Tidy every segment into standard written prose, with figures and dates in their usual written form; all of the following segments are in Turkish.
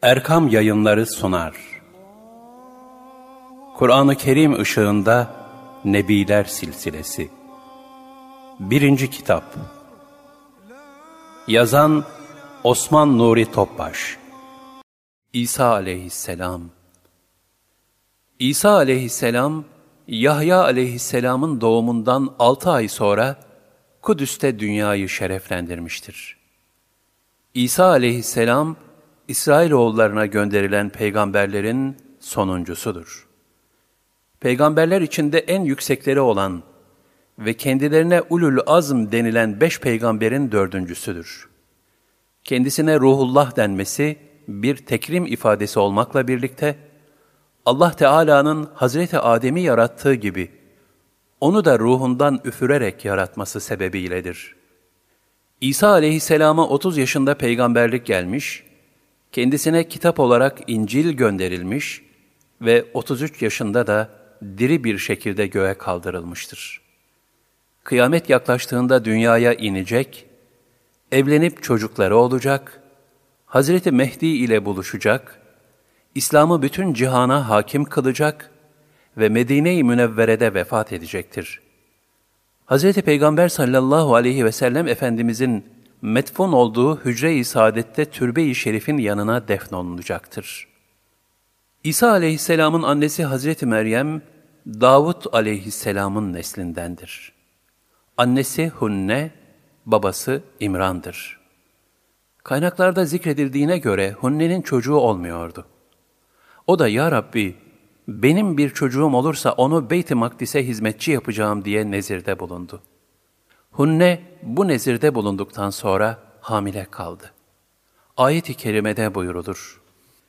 Erkam Yayınları sunar. Kur'an-ı Kerim ışığında Nebiler Silsilesi 1. Kitap. Yazan Osman Nuri Topbaş. İsa Aleyhisselam. İsa Aleyhisselam, Yahya Aleyhisselam'ın doğumundan 6 ay sonra Kudüs'te dünyayı şereflendirmiştir. İsa Aleyhisselam, İsrailoğullarına gönderilen peygamberlerin sonuncusudur. Peygamberler içinde en yüksekleri olan ve kendilerine Ulul Azm denilen 5 peygamberin 4.'südür. Kendisine Ruhullah denmesi bir tekrim ifadesi olmakla birlikte, Allah Teala'nın Hazreti Adem'i yarattığı gibi, onu da ruhundan üfürerek yaratması sebebiyledir. İsa Aleyhisselam'a 30 yaşında peygamberlik gelmiş, kendisine kitap olarak İncil gönderilmiş ve 33 yaşında da diri bir şekilde göğe kaldırılmıştır. Kıyamet yaklaştığında dünyaya inecek, evlenip çocukları olacak, Hazreti Mehdi ile buluşacak, İslam'ı bütün cihana hakim kılacak ve Medine-i Münevvere'de vefat edecektir. Hazreti Peygamber sallallahu aleyhi ve sellem Efendimizin metfun olduğu Hücre-i Saadet'te Türbe-i Şerif'in yanına defnolunacaktır. İsa aleyhisselamın annesi Hazreti Meryem, Davud aleyhisselamın neslindendir. Annesi Hunne, babası İmran'dır. Kaynaklarda zikredildiğine göre Hunne'nin çocuğu olmuyordu. O da "Ya Rabbi, benim bir çocuğum olursa onu Beyt-i Makdis'e hizmetçi yapacağım" diye nezirde bulundu. Hunne bu nezirde bulunduktan sonra hamile kaldı. Ayet-i kerimede buyurulur.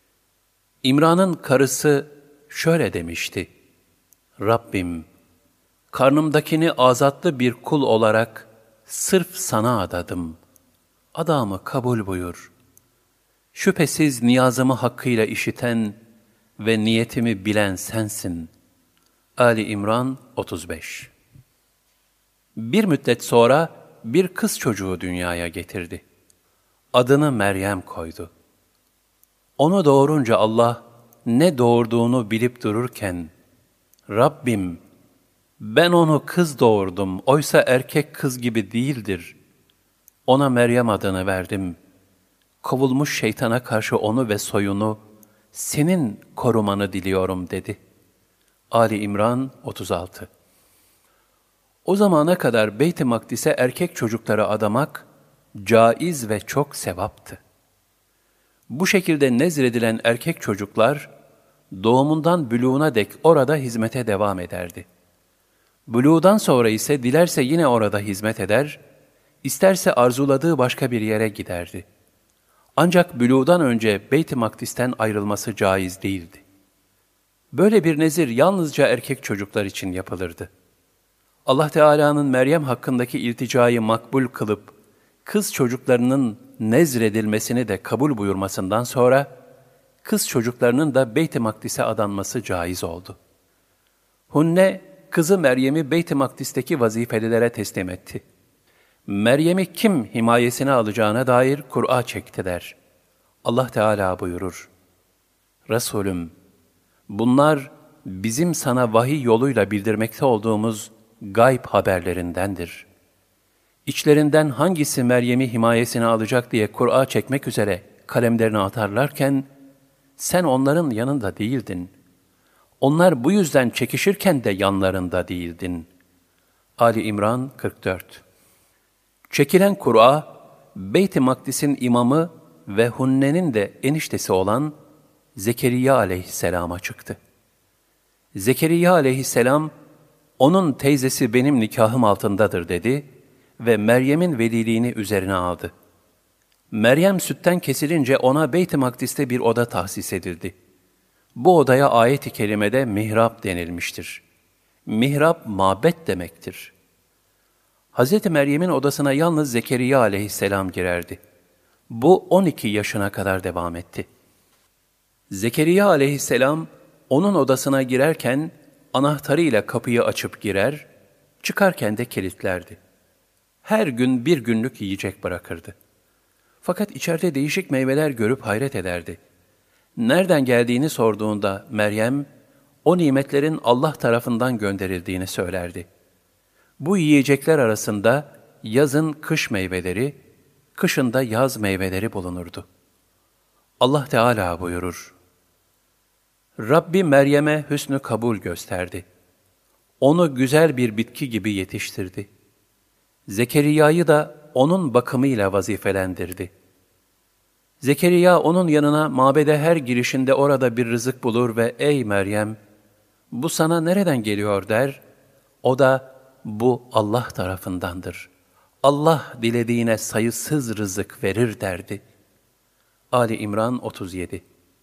İmran'ın karısı şöyle demişti: "Rabbim, karnımdakini azatlı bir kul olarak sırf sana adadım. Adamı kabul buyur. Şüphesiz niyazımı hakkıyla işiten ve niyetimi bilen sensin." Ali İmran 35. Bir müddet sonra bir kız çocuğu dünyaya getirdi. Adını Meryem koydu. Onu doğurunca Allah ne doğurduğunu bilip dururken, "Rabbim, ben onu kız doğurdum, oysa erkek kız gibi değildir. Ona Meryem adını verdim. Kovulmuş şeytana karşı onu ve soyunu senin korumanı diliyorum" dedi. Ali İmran 36. O zamana kadar Beyt-i Makdis'e erkek çocukları adamak caiz ve çok sevaptı. Bu şekilde nezredilen erkek çocuklar doğumundan bülûğuna dek orada hizmete devam ederdi. Bülûğdan sonra ise dilerse yine orada hizmet eder, isterse arzuladığı başka bir yere giderdi. Ancak bülûğdan önce Beyt-i Makdis'ten ayrılması caiz değildi. Böyle bir nezir yalnızca erkek çocuklar için yapılırdı. Allah Teala'nın Meryem hakkındaki ilticayı makbul kılıp, kız çocuklarının nezredilmesini de kabul buyurmasından sonra, kız çocuklarının da Beyt-i Makdis'e adanması caiz oldu. Hunne, kızı Meryem'i Beyt-i Makdis'teki vazifelilere teslim etti. Meryem'i kim himayesine alacağına dair Kur'a çekti der. Allah Teala buyurur: "Resulüm, bunlar bizim sana vahiy yoluyla bildirmekte olduğumuz gayb haberlerindendir. İçlerinden hangisi Meryem'i himayesine alacak diye Kur'a çekmek üzere kalemlerini atarlarken, sen onların yanında değildin. Onlar bu yüzden çekişirken de yanlarında değildin." Ali İmran 44. Çekilen Kur'a, Beyt-i Makdis'in imamı ve Hunne'nin de eniştesi olan Zekeriya aleyhisselama çıktı. Zekeriya aleyhisselam, "Onun teyzesi benim nikahım altındadır" dedi ve Meryem'in veliliğini üzerine aldı. Meryem sütten kesilince ona Beyt-i Makdis'te bir oda tahsis edildi. Bu odaya ayet-i kerimede mihrap denilmiştir. Mihrap, mabet demektir. Hz. Meryem'in odasına yalnız Zekeriya aleyhisselam girerdi. Bu 12 yaşına kadar devam etti. Zekeriya aleyhisselam onun odasına girerken anahtarıyla kapıyı açıp girer, çıkarken de kilitlerdi. Her gün bir günlük yiyecek bırakırdı. Fakat içeride değişik meyveler görüp hayret ederdi. Nereden geldiğini sorduğunda Meryem, o nimetlerin Allah tarafından gönderildiğini söylerdi. Bu yiyecekler arasında yazın kış meyveleri, kışın da yaz meyveleri bulunurdu. Allah Teala buyurur: Rabbi Meryem'e hüsnü kabul gösterdi. Onu güzel bir bitki gibi yetiştirdi. Zekeriya'yı da onun bakımıyla vazifelendirdi. Zekeriya onun yanına mabede her girişinde orada bir rızık bulur ve ''Ey Meryem, bu sana nereden geliyor?'' der. O da ''Bu Allah tarafındandır. Allah dilediğine sayısız rızık verir.'' derdi. Ali İmran 37.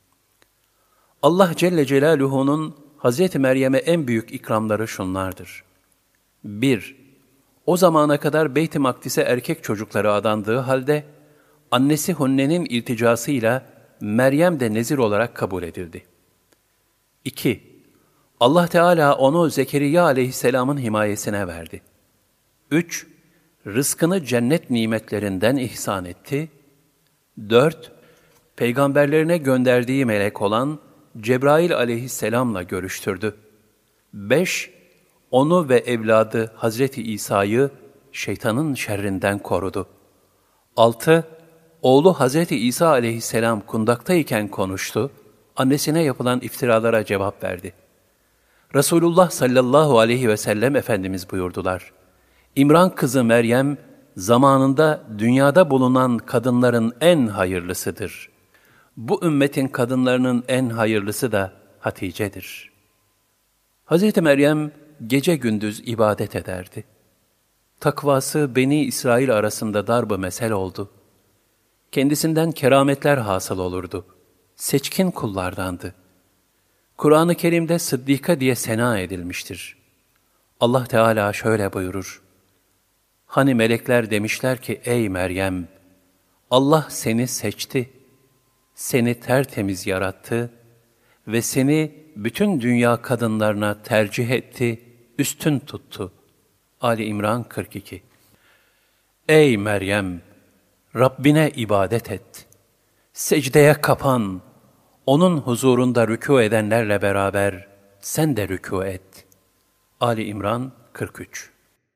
Allah Celle Celaluhu'nun Hazreti Meryem'e en büyük ikramları şunlardır. 1. O zamana kadar Beyt-i Makdis'e erkek çocukları adandığı halde, annesi Hunne'nin ilticasıyla Meryem de nezir olarak kabul edildi. 2. Allah Teala onu Zekeriya aleyhisselamın himayesine verdi. 3. Rızkını cennet nimetlerinden ihsan etti. 4. Peygamberlerine gönderdiği melek olan Cebrail aleyhisselamla görüştürdü. 5. Onu ve evladı Hazreti İsa'yı şeytanın şerrinden korudu. 6. Oğlu Hazreti İsa aleyhisselam kundaktayken konuştu, annesine yapılan iftiralara cevap verdi. Resulullah sallallahu aleyhi ve sellem Efendimiz buyurdular: İmran kızı Meryem, zamanında dünyada bulunan kadınların en hayırlısıdır. Bu ümmetin kadınlarının en hayırlısı da Hatice'dir. Hazreti Meryem gece gündüz ibadet ederdi. Takvası Beni İsrail arasında darb-ı mesel oldu. Kendisinden kerametler hasıl olurdu. Seçkin kullardandı. Kur'an-ı Kerim'de Sıddika diye sena edilmiştir. Allah Teala şöyle buyurur: Hani melekler demişler ki, ey Meryem, Allah seni seçti, seni tertemiz yarattı ve seni bütün dünya kadınlarına tercih etti, üstün tuttu. Ali İmran 42. Ey Meryem! Rabbine ibadet et. Secdeye kapan. Onun huzurunda rükû edenlerle beraber sen de rükû et. Ali İmran 43.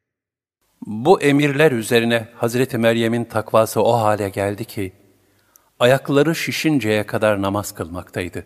Bu emirler üzerine Hazreti Meryem'in takvası o hale geldi ki, ayakları şişinceye kadar namaz kılmaktaydı.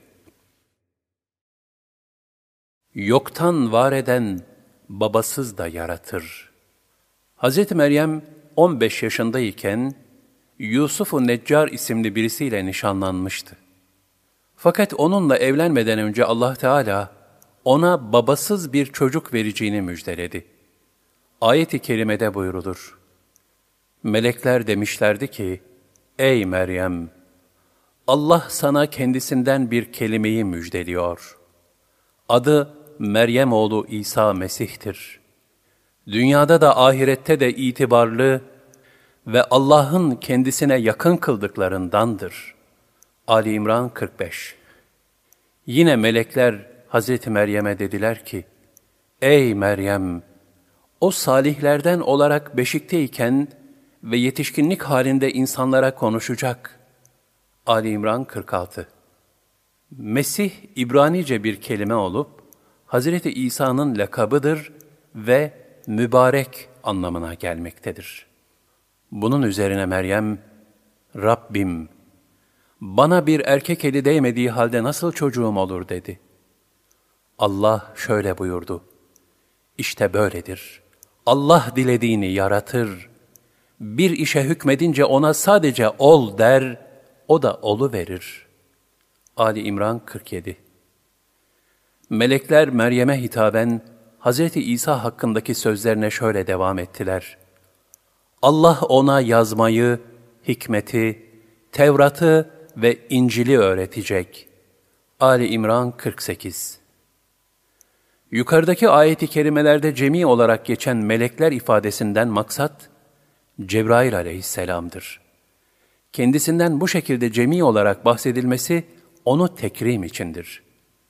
Yoktan var eden, babasız da yaratır. Hazreti Meryem 15 yaşındayken, Yusuf-u Neccar isimli birisiyle nişanlanmıştı. Fakat onunla evlenmeden önce Allah Teala ona babasız bir çocuk vereceğini müjdeledi. Ayet-i kerimede buyrulur: Melekler demişlerdi ki, ey Meryem! Allah sana kendisinden bir kelimeyi müjdeliyor. Adı Meryem oğlu İsa Mesih'tir. Dünyada da ahirette de itibarlı ve Allah'ın kendisine yakın kıldıklarındandır. Ali İmran 45. Yine melekler Hazreti Meryem'e dediler ki, ey Meryem! O salihlerden olarak beşikteyken ve yetişkinlik halinde insanlara konuşacak. Ali İmran 46. Mesih, İbranice bir kelime olup, Hazreti İsa'nın lakabıdır ve mübarek anlamına gelmektedir. Bunun üzerine Meryem, Rabbim, bana bir erkek eli değmediği halde nasıl çocuğum olur dedi. Allah şöyle buyurdu: İşte böyledir. Allah dilediğini yaratır. Bir işe hükmedince ona sadece ol der, o da oluverir. Ali İmran 47. Melekler Meryem'e hitaben Hz. İsa hakkındaki sözlerine şöyle devam ettiler: Allah ona yazmayı, hikmeti, Tevrat'ı ve İncil'i öğretecek. Ali İmran 48. Yukarıdaki ayet-i kerimelerde cemi olarak geçen melekler ifadesinden maksat, Cebrail aleyhisselamdır. Kendisinden bu şekilde cemi olarak bahsedilmesi, onu tekrim içindir.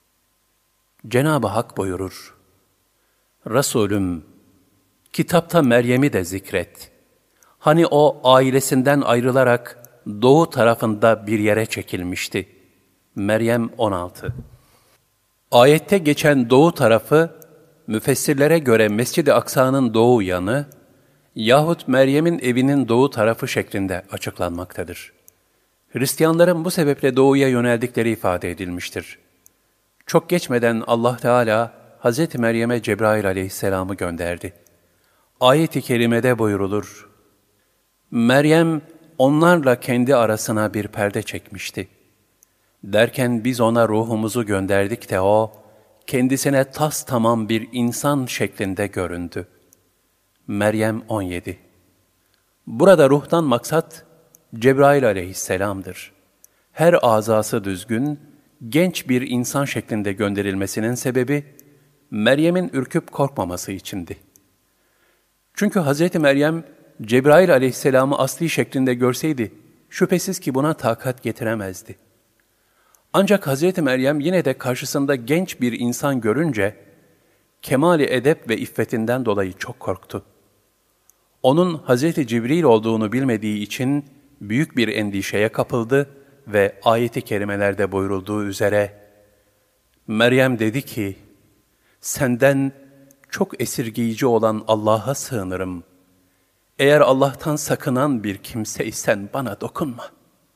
Cenab-ı Hak buyurur: Resulüm, kitapta Meryem'i de zikret. Hani o ailesinden ayrılarak doğu tarafında bir yere çekilmişti. Meryem 16. Ayette geçen doğu tarafı, müfessirlere göre Mescid-i Aksa'nın doğu yanı yahut Meryem'in evinin doğu tarafı şeklinde açıklanmaktadır. Hristiyanların bu sebeple doğuya yöneldikleri ifade edilmiştir. Çok geçmeden Allah Teala Hz. Meryem'e Cebrail aleyhisselamı gönderdi. Ayet-i kerimede buyrulur: Meryem onlarla kendi arasına bir perde çekmişti. Derken biz ona ruhumuzu gönderdik de o, kendisine tastamam bir insan şeklinde göründü. Meryem 17. Burada ruhtan maksat Cebrail aleyhisselamdır. Her azası düzgün, genç bir insan şeklinde gönderilmesinin sebebi, Meryem'in ürküp korkmaması içindi. Çünkü Hz. Meryem, Cebrail aleyhisselamı asli şeklinde görseydi, şüphesiz ki buna takat getiremezdi. Ancak Hz. Meryem yine de karşısında genç bir insan görünce, kemali edep ve iffetinden dolayı çok korktu. Onun Hz. Cibril olduğunu bilmediği için büyük bir endişeye kapıldı ve ayet-i kerimelerde buyurulduğu üzere, Meryem dedi ki, senden çok esirgeyici olan Allah'a sığınırım. Eğer Allah'tan sakınan bir kimseysen bana dokunma.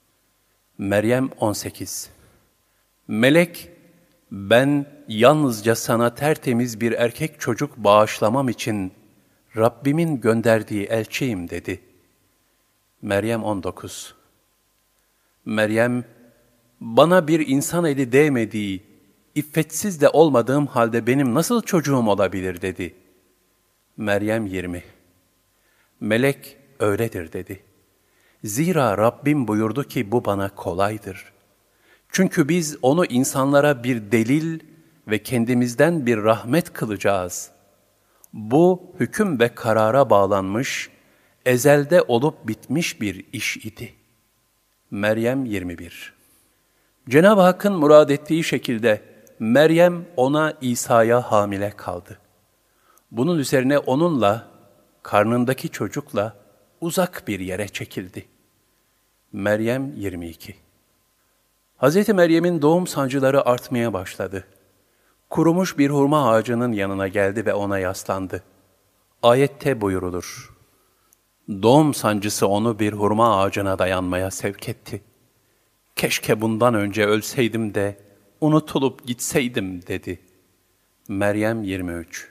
Meryem 18. Melek, ben yalnızca sana tertemiz bir erkek çocuk bağışlamam için Rabbimin gönderdiği elçiyim dedi. Meryem 19. Meryem, bana bir insan eli değmediği, iffetsiz de olmadığım halde benim nasıl çocuğum olabilir dedi. Meryem 20. Melek, öyledir dedi. Zira Rabbim buyurdu ki bu bana kolaydır. Çünkü biz onu insanlara bir delil ve kendimizden bir rahmet kılacağız. Bu hüküm ve karara bağlanmış, ezelde olup bitmiş bir iş idi. Meryem 21. Cenab-ı Hakk'ın murad ettiği şekilde Meryem ona İsa'ya hamile kaldı. Bunun üzerine onunla, karnındaki çocukla uzak bir yere çekildi. Meryem 22. Hz. Meryem'in doğum sancıları artmaya başladı. Kurumuş bir hurma ağacının yanına geldi ve ona yaslandı. Ayette buyurulur: doğum sancısı onu bir hurma ağacına dayanmaya sevk etti. Keşke bundan önce ölseydim de unutulup gitseydim dedi. Meryem 23.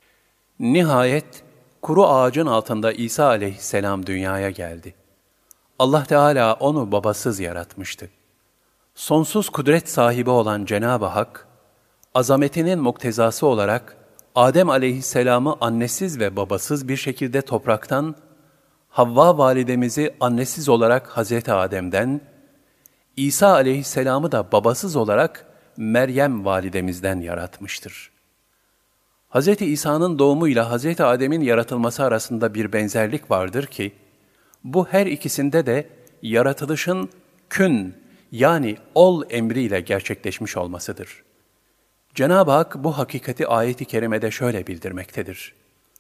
Nihayet kuru ağacın altında İsa aleyhisselam dünyaya geldi. Allah Teala onu babasız yaratmıştı. Sonsuz kudret sahibi olan Cenab-ı Hak, azametinin muktezası olarak Adem aleyhisselamı annesiz ve babasız bir şekilde topraktan, Havva validemizi annesiz olarak Hazreti Adem'den, İsa aleyhisselamı da babasız olarak Meryem validemizden yaratmıştır. Hz. İsa'nın doğumuyla Hz. Adem'in yaratılması arasında bir benzerlik vardır ki, bu her ikisinde de yaratılışın kün yani ol emriyle gerçekleşmiş olmasıdır. Cenab-ı Hak bu hakikati ayet-i kerimede şöyle bildirmektedir.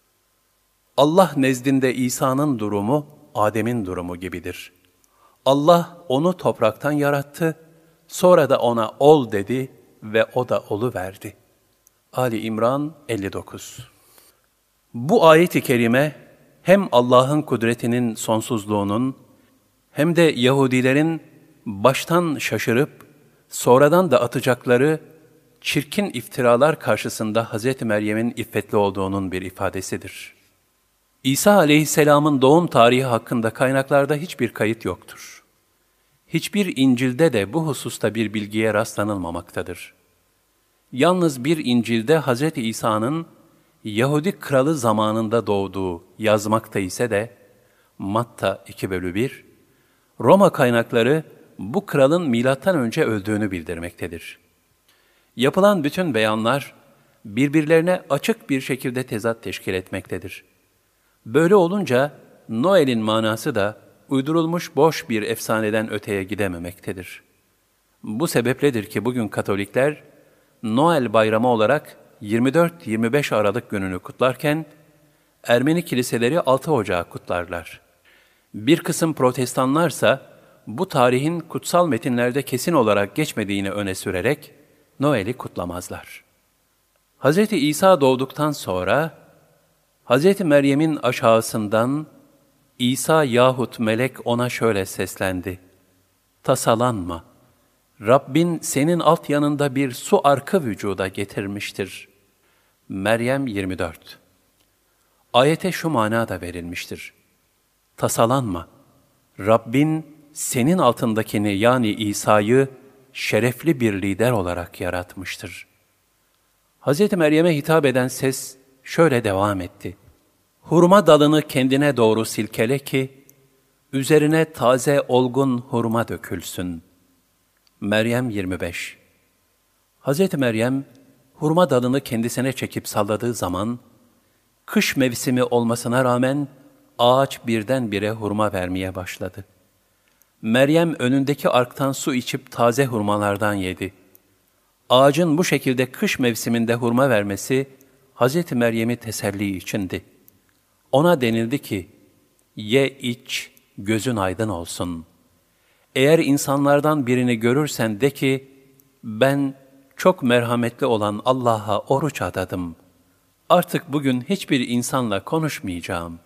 Allah nezdinde İsa'nın durumu, Adem'in durumu gibidir. Allah onu topraktan yarattı, sonra da ona ol dedi ve o da oluverdi. Ali İmran 59. Bu ayet-i kerime hem Allah'ın kudretinin sonsuzluğunun hem de Yahudilerin baştan şaşırıp sonradan da atacakları çirkin iftiralar karşısında Hz. Meryem'in iffetli olduğunun bir ifadesidir. İsa aleyhisselamın doğum tarihi hakkında kaynaklarda hiçbir kayıt yoktur. Hiçbir İncil'de de bu hususta bir bilgiye rastlanılmamaktadır. Yalnız bir İncil'de Hz. İsa'nın Yahudi kralı zamanında doğduğu yazmakta ise de Matta 2/1, Roma kaynakları bu kralın milattan önce öldüğünü bildirmektedir. Yapılan bütün beyanlar birbirlerine açık bir şekilde tezat teşkil etmektedir. Böyle olunca Noel'in manası da uydurulmuş boş bir efsaneden öteye gidememektedir. Bu sebepledir ki bugün Katolikler Noel bayramı olarak 24-25 Aralık gününü kutlarken Ermeni kiliseleri 6 Ocağı kutlarlar. Bir kısım protestanlarsa bu tarihin kutsal metinlerde kesin olarak geçmediğini öne sürerek Noel'i kutlamazlar. Hz. İsa doğduktan sonra Hz. Meryem'in aşağısından İsa yahut melek ona şöyle seslendi: "Tasalanma, Rabbin senin alt yanında bir su arkı vücuda getirmiştir." Meryem 24. Ayete şu mana da verilmiştir: "Tasalanma, Rabbin senin altındakini yani İsa'yı şerefli bir lider olarak yaratmıştır." Hz. Meryem'e hitap eden ses şöyle devam etti: "Hurma dalını kendine doğru silkele ki, üzerine taze olgun hurma dökülsün." Meryem 25. Hz. Meryem, hurma dalını kendisine çekip salladığı zaman, kış mevsimi olmasına rağmen ağaç birdenbire hurma vermeye başladı. Meryem önündeki arktan su içip taze hurmalardan yedi. Ağacın bu şekilde kış mevsiminde hurma vermesi, Hz. Meryem'i teselli içindi. Ona denildi ki, "Ye iç, gözün aydın olsun. Eğer insanlardan birini görürsen de ki, ben çok merhametli olan Allah'a oruç adadım. Artık bugün hiçbir insanla konuşmayacağım."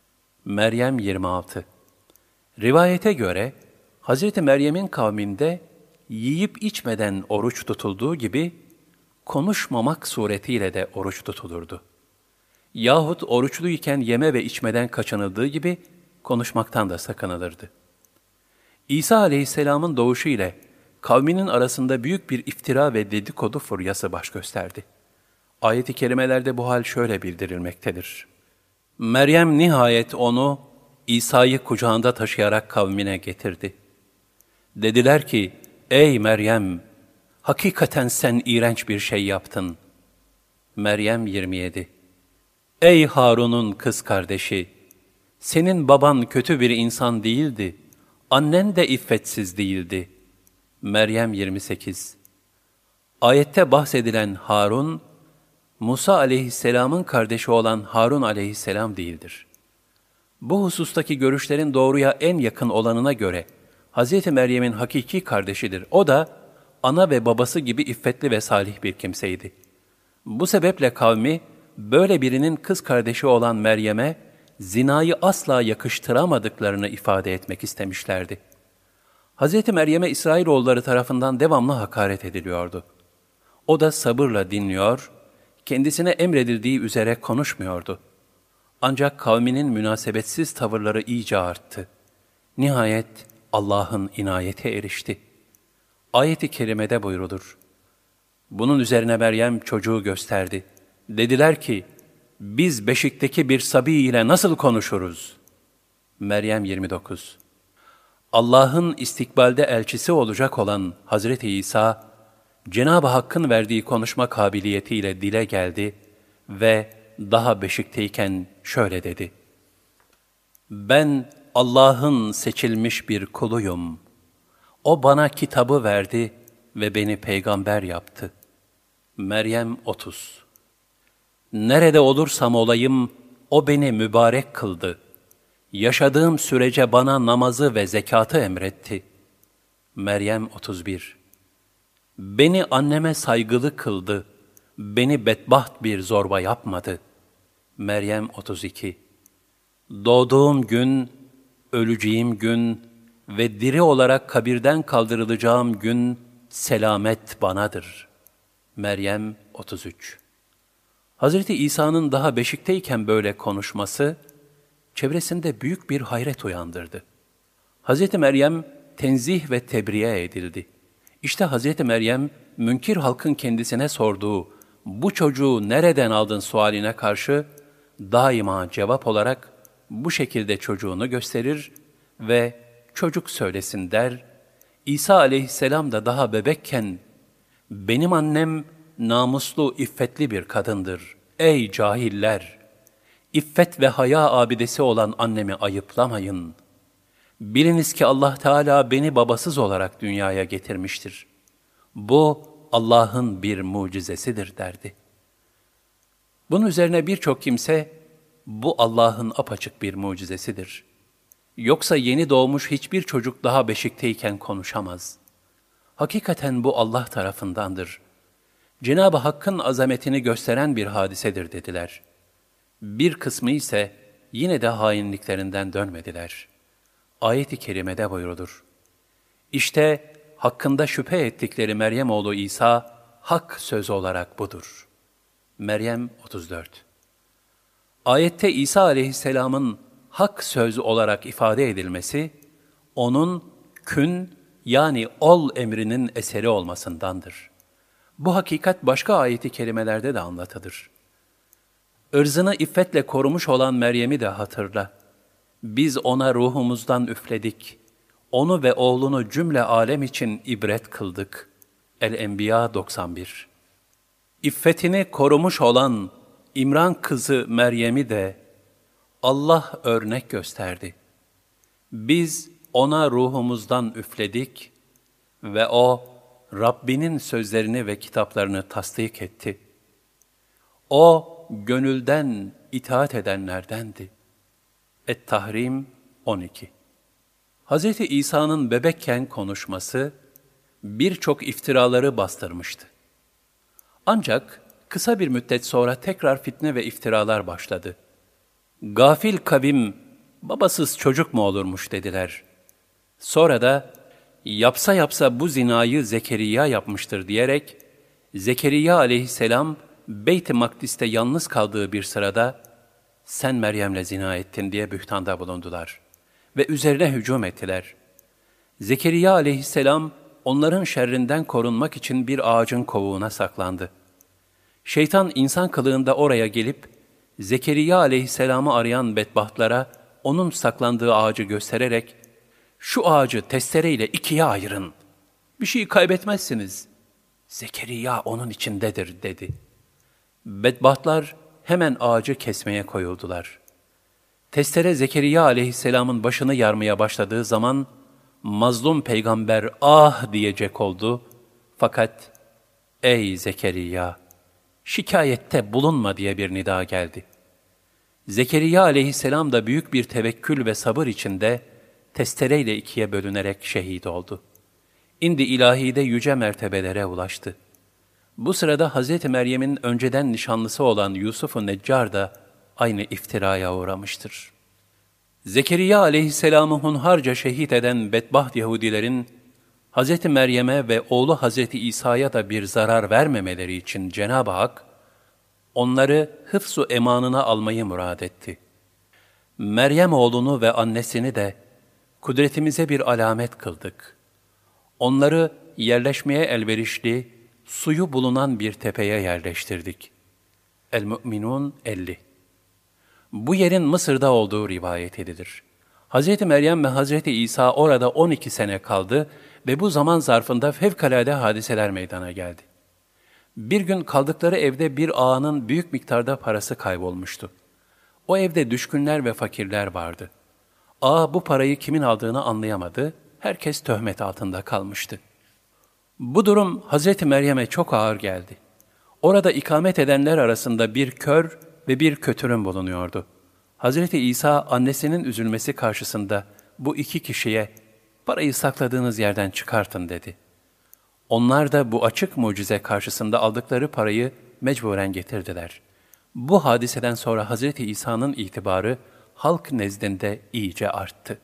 Meryem 26. Rivayete göre, Hz. Meryem'in kavminde yiyip içmeden oruç tutulduğu gibi, konuşmamak suretiyle de oruç tutulurdu. Yahut oruçluyken yeme ve içmeden kaçınıldığı gibi, konuşmaktan da sakınılırdı. İsa aleyhisselamın doğuşu ile kavminin arasında büyük bir iftira ve dedikodu furyası baş gösterdi. Ayet-i kerimelerde bu hal şöyle bildirilmektedir: Meryem nihayet onu, İsa'yı kucağında taşıyarak kavmine getirdi. Dediler ki, "Ey Meryem, hakikaten sen iğrenç bir şey yaptın." Meryem 27. "Ey Harun'un kız kardeşi, senin baban kötü bir insan değildi, annen de iffetsiz değildi." Meryem 28. Ayette bahsedilen Harun, Musa aleyhisselamın kardeşi olan Harun aleyhisselam değildir. Bu husustaki görüşlerin doğruya en yakın olanına göre, Hz. Meryem'in hakiki kardeşidir. O da, ana ve babası gibi iffetli ve salih bir kimseydi. Bu sebeple kavmi, böyle birinin kız kardeşi olan Meryem'e, zinayı asla yakıştıramadıklarını ifade etmek istemişlerdi. Hz. Meryem'e İsrailoğulları tarafından devamlı hakaret ediliyordu. O da sabırla dinliyor, kendisine emredildiği üzere konuşmuyordu. Ancak kavminin münasebetsiz tavırları iyice arttı. Nihayet Allah'ın inayete erişti. Ayet-i kerimede buyrulur: Bunun üzerine Meryem çocuğu gösterdi. Dediler ki, "Biz beşikteki bir sabi ile nasıl konuşuruz?" Meryem 29. Allah'ın istikbalde elçisi olacak olan Hazreti İsa, Cenab-ı Hakk'ın verdiği konuşma kabiliyetiyle dile geldi ve daha beşikteyken şöyle dedi: "Ben Allah'ın seçilmiş bir kuluyum. O bana kitabı verdi ve beni peygamber yaptı." Meryem 30. "Nerede olursam olayım, o beni mübarek kıldı. Yaşadığım sürece bana namazı ve zekatı emretti." Meryem 31. "Beni anneme saygılı kıldı, beni bedbaht bir zorba yapmadı." Meryem 32. "Doğduğum gün, öleceğim gün ve diri olarak kabirden kaldırılacağım gün selamet banadır." Meryem 33. Hazreti İsa'nın daha beşikteyken böyle konuşması, çevresinde büyük bir hayret uyandırdı. Hazreti Meryem tenzih ve tebriye edildi. İşte Hazreti Meryem, münkir halkın kendisine sorduğu, "Bu çocuğu nereden aldın?" sualine karşı, daima cevap olarak bu şekilde çocuğunu gösterir ve "Çocuk söylesin" der. İsa aleyhisselam da daha bebekken, "Benim annem namuslu, iffetli bir kadındır. Ey cahiller! İffet ve haya abidesi olan annemi ayıplamayın. Biliniz ki Allah Teala beni babasız olarak dünyaya getirmiştir. Bu Allah'ın bir mucizesidir" derdi. Bunun üzerine birçok kimse, "Bu Allah'ın apaçık bir mucizesidir. Yoksa yeni doğmuş hiçbir çocuk daha beşikteyken konuşamaz. Hakikaten bu Allah tarafındandır. Cenab-ı Hakk'ın azametini gösteren bir hadisedir dediler. Bir kısmı ise yine de hainliklerinden dönmediler. Ayet-i kerimede buyrulur. İşte hakkında şüphe ettikleri Meryem oğlu İsa, hak sözü olarak budur. Meryem 34. Ayette İsa aleyhisselamın hak söz olarak ifade edilmesi, onun kün yani ol emrinin eseri olmasındandır. Bu hakikat başka ayeti kerimelerde de anlatılır. Irzını iffetle korumuş olan Meryem'i de hatırla. Biz ona ruhumuzdan üfledik. Onu ve oğlunu cümle alem için ibret kıldık. El-Enbiya 91. İffetini korumuş olan İmran kızı Meryem'i de Allah örnek gösterdi. Biz ona ruhumuzdan üfledik ve o Rabbinin sözlerini ve kitaplarını tasdik etti. O gönülden itaat edenlerdendi. Et-Tahrim 12. Hz. İsa'nın bebekken konuşması birçok iftiraları bastırmıştı. Ancak kısa bir müddet sonra tekrar fitne ve iftiralar başladı. Gafil kavim, babasız çocuk mu olurmuş dediler. Sonra da yapsa yapsa bu zinayı Zekeriya yapmıştır diyerek, Zekeriya aleyhisselam Beyt-i Makdis'te yalnız kaldığı bir sırada, sen Meryem'le zina ettin diye bühtanda bulundular ve üzerine hücum ettiler. Zekeriya aleyhisselam onların şerrinden korunmak için bir ağacın kovuğuna saklandı. Şeytan insan kılığında oraya gelip, Zekeriya aleyhisselamı arayan bedbahtlara onun saklandığı ağacı göstererek, şu ağacı testereyle ikiye ayırın, bir şey kaybetmezsiniz. Zekeriya onun içindedir dedi. Bedbahtlar hemen ağacı kesmeye koyuldular. Testere Zekeriya aleyhisselamın başını yarmaya başladığı zaman, mazlum peygamber ah diyecek oldu. Fakat ey Zekeriya, şikayette bulunma diye bir nida geldi. Zekeriya aleyhisselam da büyük bir tevekkül ve sabır içinde testereyle ikiye bölünerek şehit oldu. İndi ilahide yüce mertebelere ulaştı. Bu sırada Hz. Meryem'in önceden nişanlısı olan Yusuf-u Neccar da aynı iftiraya uğramıştır. Zekeriya aleyhisselamı hunharca şehit eden bedbaht Yahudilerin, Hz. Meryem'e ve oğlu Hz. İsa'ya da bir zarar vermemeleri için Cenab-ı Hak, onları hıfz-u emanına almayı murad etti. Meryem oğlunu ve annesini de kudretimize bir alamet kıldık. Onları yerleşmeye elverişli, suyu bulunan bir tepeye yerleştirdik. El-Mü'minun 50. Bu yerin Mısır'da olduğu rivayet edilir. Hz. Meryem ve Hz. İsa orada 12 sene kaldı ve bu zaman zarfında fevkalade hadiseler meydana geldi. Bir gün kaldıkları evde bir ağanın büyük miktarda parası kaybolmuştu. O evde düşkünler ve fakirler vardı. Ağa bu parayı kimin aldığını anlayamadı, herkes töhmet altında kalmıştı. Bu durum Hz. Meryem'e çok ağır geldi. Orada ikamet edenler arasında bir kör ve bir kötürüm bulunuyordu. Hz. İsa annesinin üzülmesi karşısında bu iki kişiye parayı sakladığınız yerden çıkartın dedi. Onlar da bu açık mucize karşısında aldıkları parayı mecburen getirdiler. Bu hadiseden sonra Hz. İsa'nın itibarı halk nezdinde iyice arttı.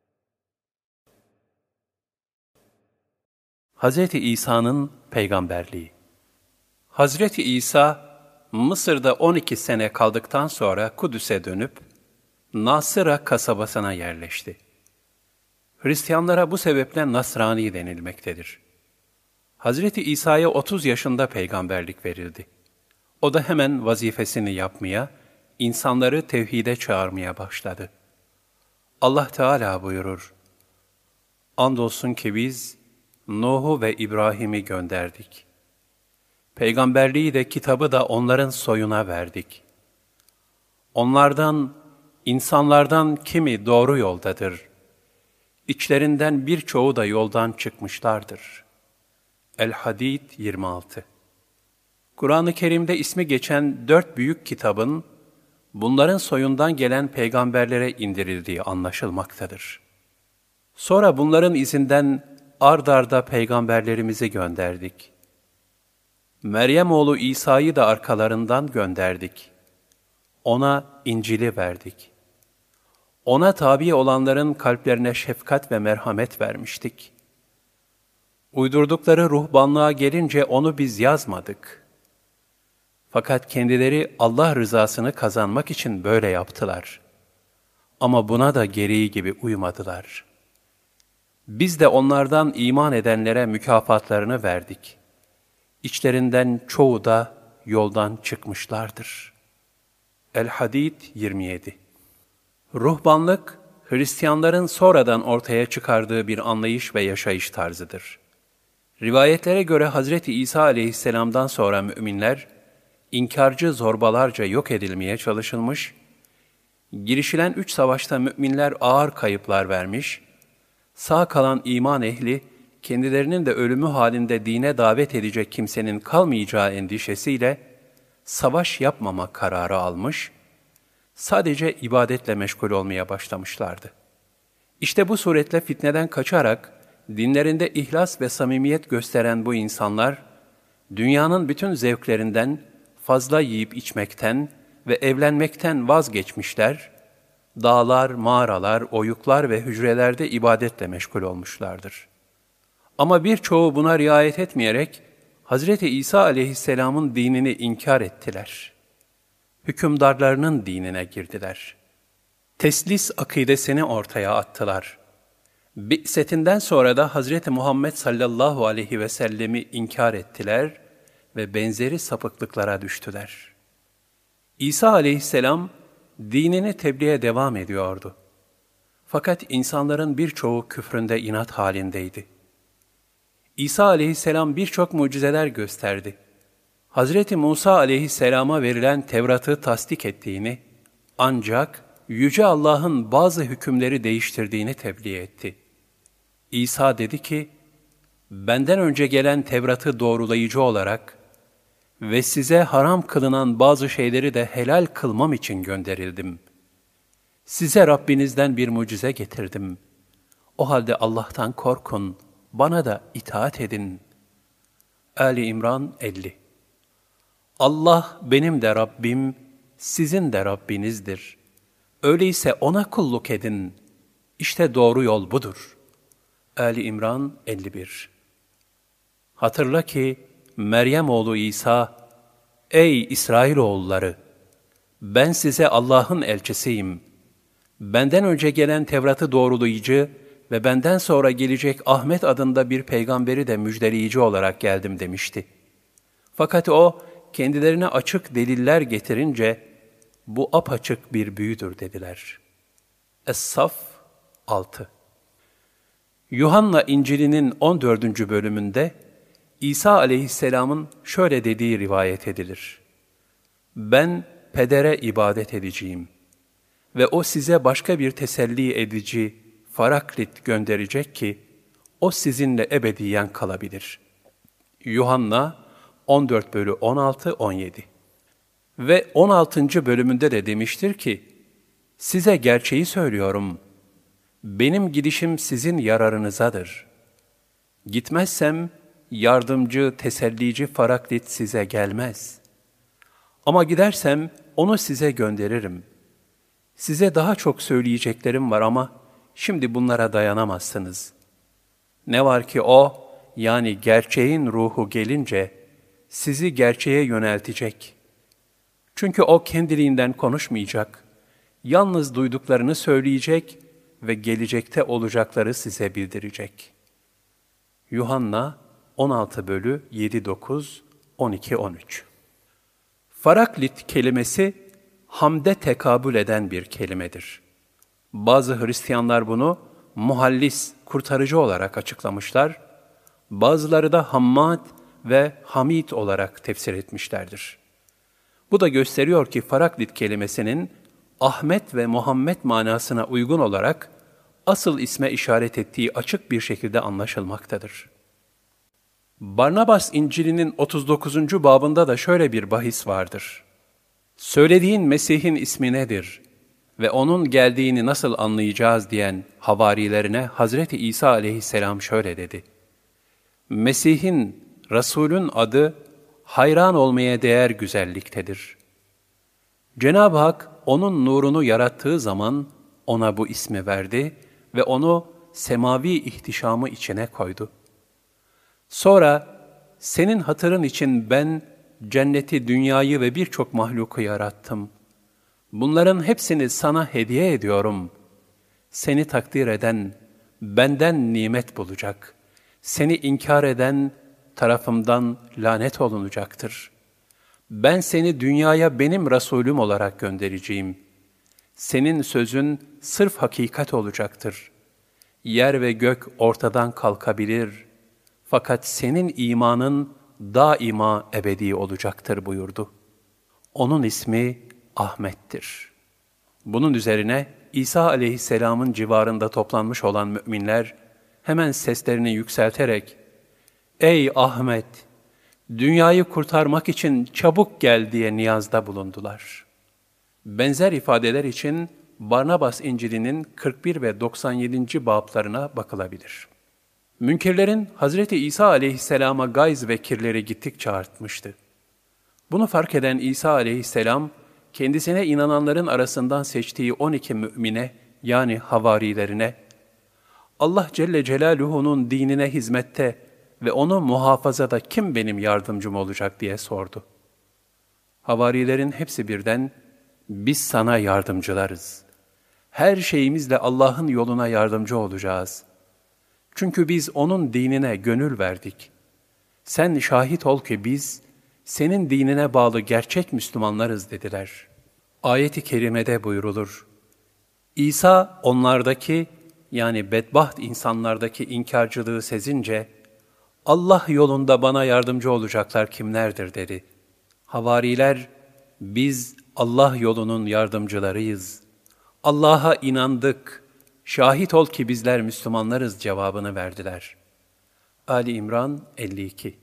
Hz. İsa'nın peygamberliği. Hazreti İsa, Mısır'da 12 sene kaldıktan sonra Kudüs'e dönüp, Nasıra kasabasına yerleşti. Hristiyanlara bu sebeple Nasrani denilmektedir. Hazreti İsa'ya 30 yaşında peygamberlik verildi. O da hemen vazifesini yapmaya, insanları tevhide çağırmaya başladı. Allah Teala buyurur, andolsun ki biz Nuh'u ve İbrahim'i gönderdik. Peygamberliği de kitabı da onların soyuna verdik. Onlardan, insanlardan kimi doğru yoldadır. İçlerinden birçoğu da yoldan çıkmışlardır. El-Hadid 26. Kur'an-ı Kerim'de ismi geçen 4 büyük kitabın, bunların soyundan gelen peygamberlere indirildiği anlaşılmaktadır. Sonra bunların izinden ard arda peygamberlerimizi gönderdik. Meryem oğlu İsa'yı da arkalarından gönderdik. Ona İncil'i verdik. Ona tabi olanların kalplerine şefkat ve merhamet vermiştik. Uydurdukları ruhbanlığa gelince onu biz yazmadık. Fakat kendileri Allah rızasını kazanmak için böyle yaptılar. Ama buna da gereği gibi uymadılar. Biz de onlardan iman edenlere mükafatlarını verdik. İçlerinden çoğu da yoldan çıkmışlardır. El-Hadid 27. Ruhbanlık, Hristiyanların sonradan ortaya çıkardığı bir anlayış ve yaşayış tarzıdır. Rivayetlere göre Hazreti İsa aleyhisselamdan sonra müminler, inkarcı zorbalarca yok edilmeye çalışılmış, girişilen 3 savaşta müminler ağır kayıplar vermiş, sağ kalan iman ehli, kendilerinin de ölümü halinde dine davet edecek kimsenin kalmayacağı endişesiyle, savaş yapmama kararı almış, sadece ibadetle meşgul olmaya başlamışlardı. İşte bu suretle fitneden kaçarak, dinlerinde ihlas ve samimiyet gösteren bu insanlar, dünyanın bütün zevklerinden, fazla yiyip içmekten ve evlenmekten vazgeçmişler, dağlar, mağaralar, oyuklar ve hücrelerde ibadetle meşgul olmuşlardır. Ama birçoğu buna riayet etmeyerek, Hazreti İsa aleyhisselamın dinini inkar ettiler. Hükümdarlarının dinine girdiler. Teslis akidesini ortaya attılar. Bi'setinden sonra da Hazreti Muhammed sallallahu aleyhi ve sellemi inkar ettiler ve benzeri sapıklıklara düştüler. İsa aleyhisselam dinini tebliğe devam ediyordu. Fakat insanların birçoğu küfründe inat halindeydi. İsa aleyhisselam birçok mucizeler gösterdi. Hazreti Musa aleyhisselama verilen Tevrat'ı tasdik ettiğini, ancak Yüce Allah'ın bazı hükümleri değiştirdiğini tebliğ etti. İsa dedi ki, benden önce gelen Tevrat'ı doğrulayıcı olarak ve size haram kılınan bazı şeyleri de helal kılmam için gönderildim. Size Rabbinizden bir mucize getirdim. O halde Allah'tan korkun, bana da itaat edin. Ali İmran 50. Allah benim de Rabbim, sizin de Rabbinizdir. Öyleyse ona kulluk edin. İşte doğru yol budur. Ali İmran 51. Hatırla ki Meryem oğlu İsa, ey İsrailoğulları, ben size Allah'ın elçisiyim. Benden önce gelen Tevrat'ı doğrulayıcı ve benden sonra gelecek Ahmet adında bir peygamberi de müjdeleyici olarak geldim demişti. Fakat o, kendilerine açık deliller getirince, bu apaçık bir büyüdür dediler. Es-Saf 6. Yuhanna İncil'inin 14. bölümünde, İsa aleyhisselamın şöyle dediği rivayet edilir. Ben pedere ibadet edeceğim ve o size başka bir teselli edici, Faraklit gönderecek ki, o sizinle ebediyen kalabilir. Yuhanna 14 bölü 16-17. Ve 16. bölümünde de demiştir ki, size gerçeği söylüyorum, benim gidişim sizin yararınızadır. Gitmezsem, yardımcı, tesellici Faraklit size gelmez. Ama gidersem, onu size gönderirim. Size daha çok söyleyeceklerim var ama, şimdi bunlara dayanamazsınız. Ne var ki o, yani gerçeğin ruhu gelince, sizi gerçeğe yöneltecek. Çünkü o kendiliğinden konuşmayacak, yalnız duyduklarını söyleyecek ve gelecekte olacakları size bildirecek. Yuhanna 16 bölü 7-9, 12-13. Faraklit kelimesi, hamde tekabül eden bir kelimedir. Bazı Hristiyanlar bunu muhallis, kurtarıcı olarak açıklamışlar, bazıları da Hammad ve Hamid olarak tefsir etmişlerdir. Bu da gösteriyor ki Faraklit kelimesinin Ahmet ve Muhammed manasına uygun olarak asıl isme işaret ettiği açık bir şekilde anlaşılmaktadır. Barnabas İncil'inin 39. babında da şöyle bir bahis vardır. Söylediğin Mesih'in ismi nedir ve onun geldiğini nasıl anlayacağız diyen havarilerine Hazreti İsa aleyhisselam şöyle dedi. Mesih'in, Resul'ün adı hayran olmaya değer güzelliktedir. Cenab-ı Hak onun nurunu yarattığı zaman ona bu ismi verdi ve onu semavi ihtişamı içine koydu. Sonra senin hatırın için ben cenneti, dünyayı ve birçok mahluku yarattım. Bunların hepsini sana hediye ediyorum. Seni takdir eden benden nimet bulacak. Seni inkar eden tarafımdan lanet olunacaktır. Ben seni dünyaya benim Resulüm olarak göndereceğim. Senin sözün sırf hakikat olacaktır. Yer ve gök ortadan kalkabilir. Fakat senin imanın daima ebedi olacaktır buyurdu. Onun ismi Ahmet'tir. Bunun üzerine İsa aleyhisselamın civarında toplanmış olan müminler hemen seslerini yükselterek "Ey Ahmet! Dünyayı kurtarmak için çabuk gel" diye niyazda bulundular. Benzer ifadeler için Barnabas İncil'inin 41 ve 97. bablarına bakılabilir. Münkirlerin Hazreti İsa aleyhisselama gayz ve kirleri gittikçe artmıştı. Bunu fark eden İsa aleyhisselam, kendisine inananların arasından seçtiği 12 mümine yani havarilerine, Allah Celle Celaluhu'nun dinine hizmette ve onu muhafazada kim benim yardımcım olacak diye sordu. Havarilerin hepsi birden, biz sana yardımcılarız. Her şeyimizle Allah'ın yoluna yardımcı olacağız. Çünkü biz onun dinine gönül verdik. Sen şahit ol ki biz, senin dinine bağlı gerçek Müslümanlarız dediler. Ayet-i kerimede buyrulur. İsa onlardaki yani bedbaht insanlardaki inkarcılığı sezince, Allah yolunda bana yardımcı olacaklar kimlerdir dedi. Havariler, biz Allah yolunun yardımcılarıyız. Allah'a inandık, şahit ol ki bizler Müslümanlarız cevabını verdiler. Ali İmran 52.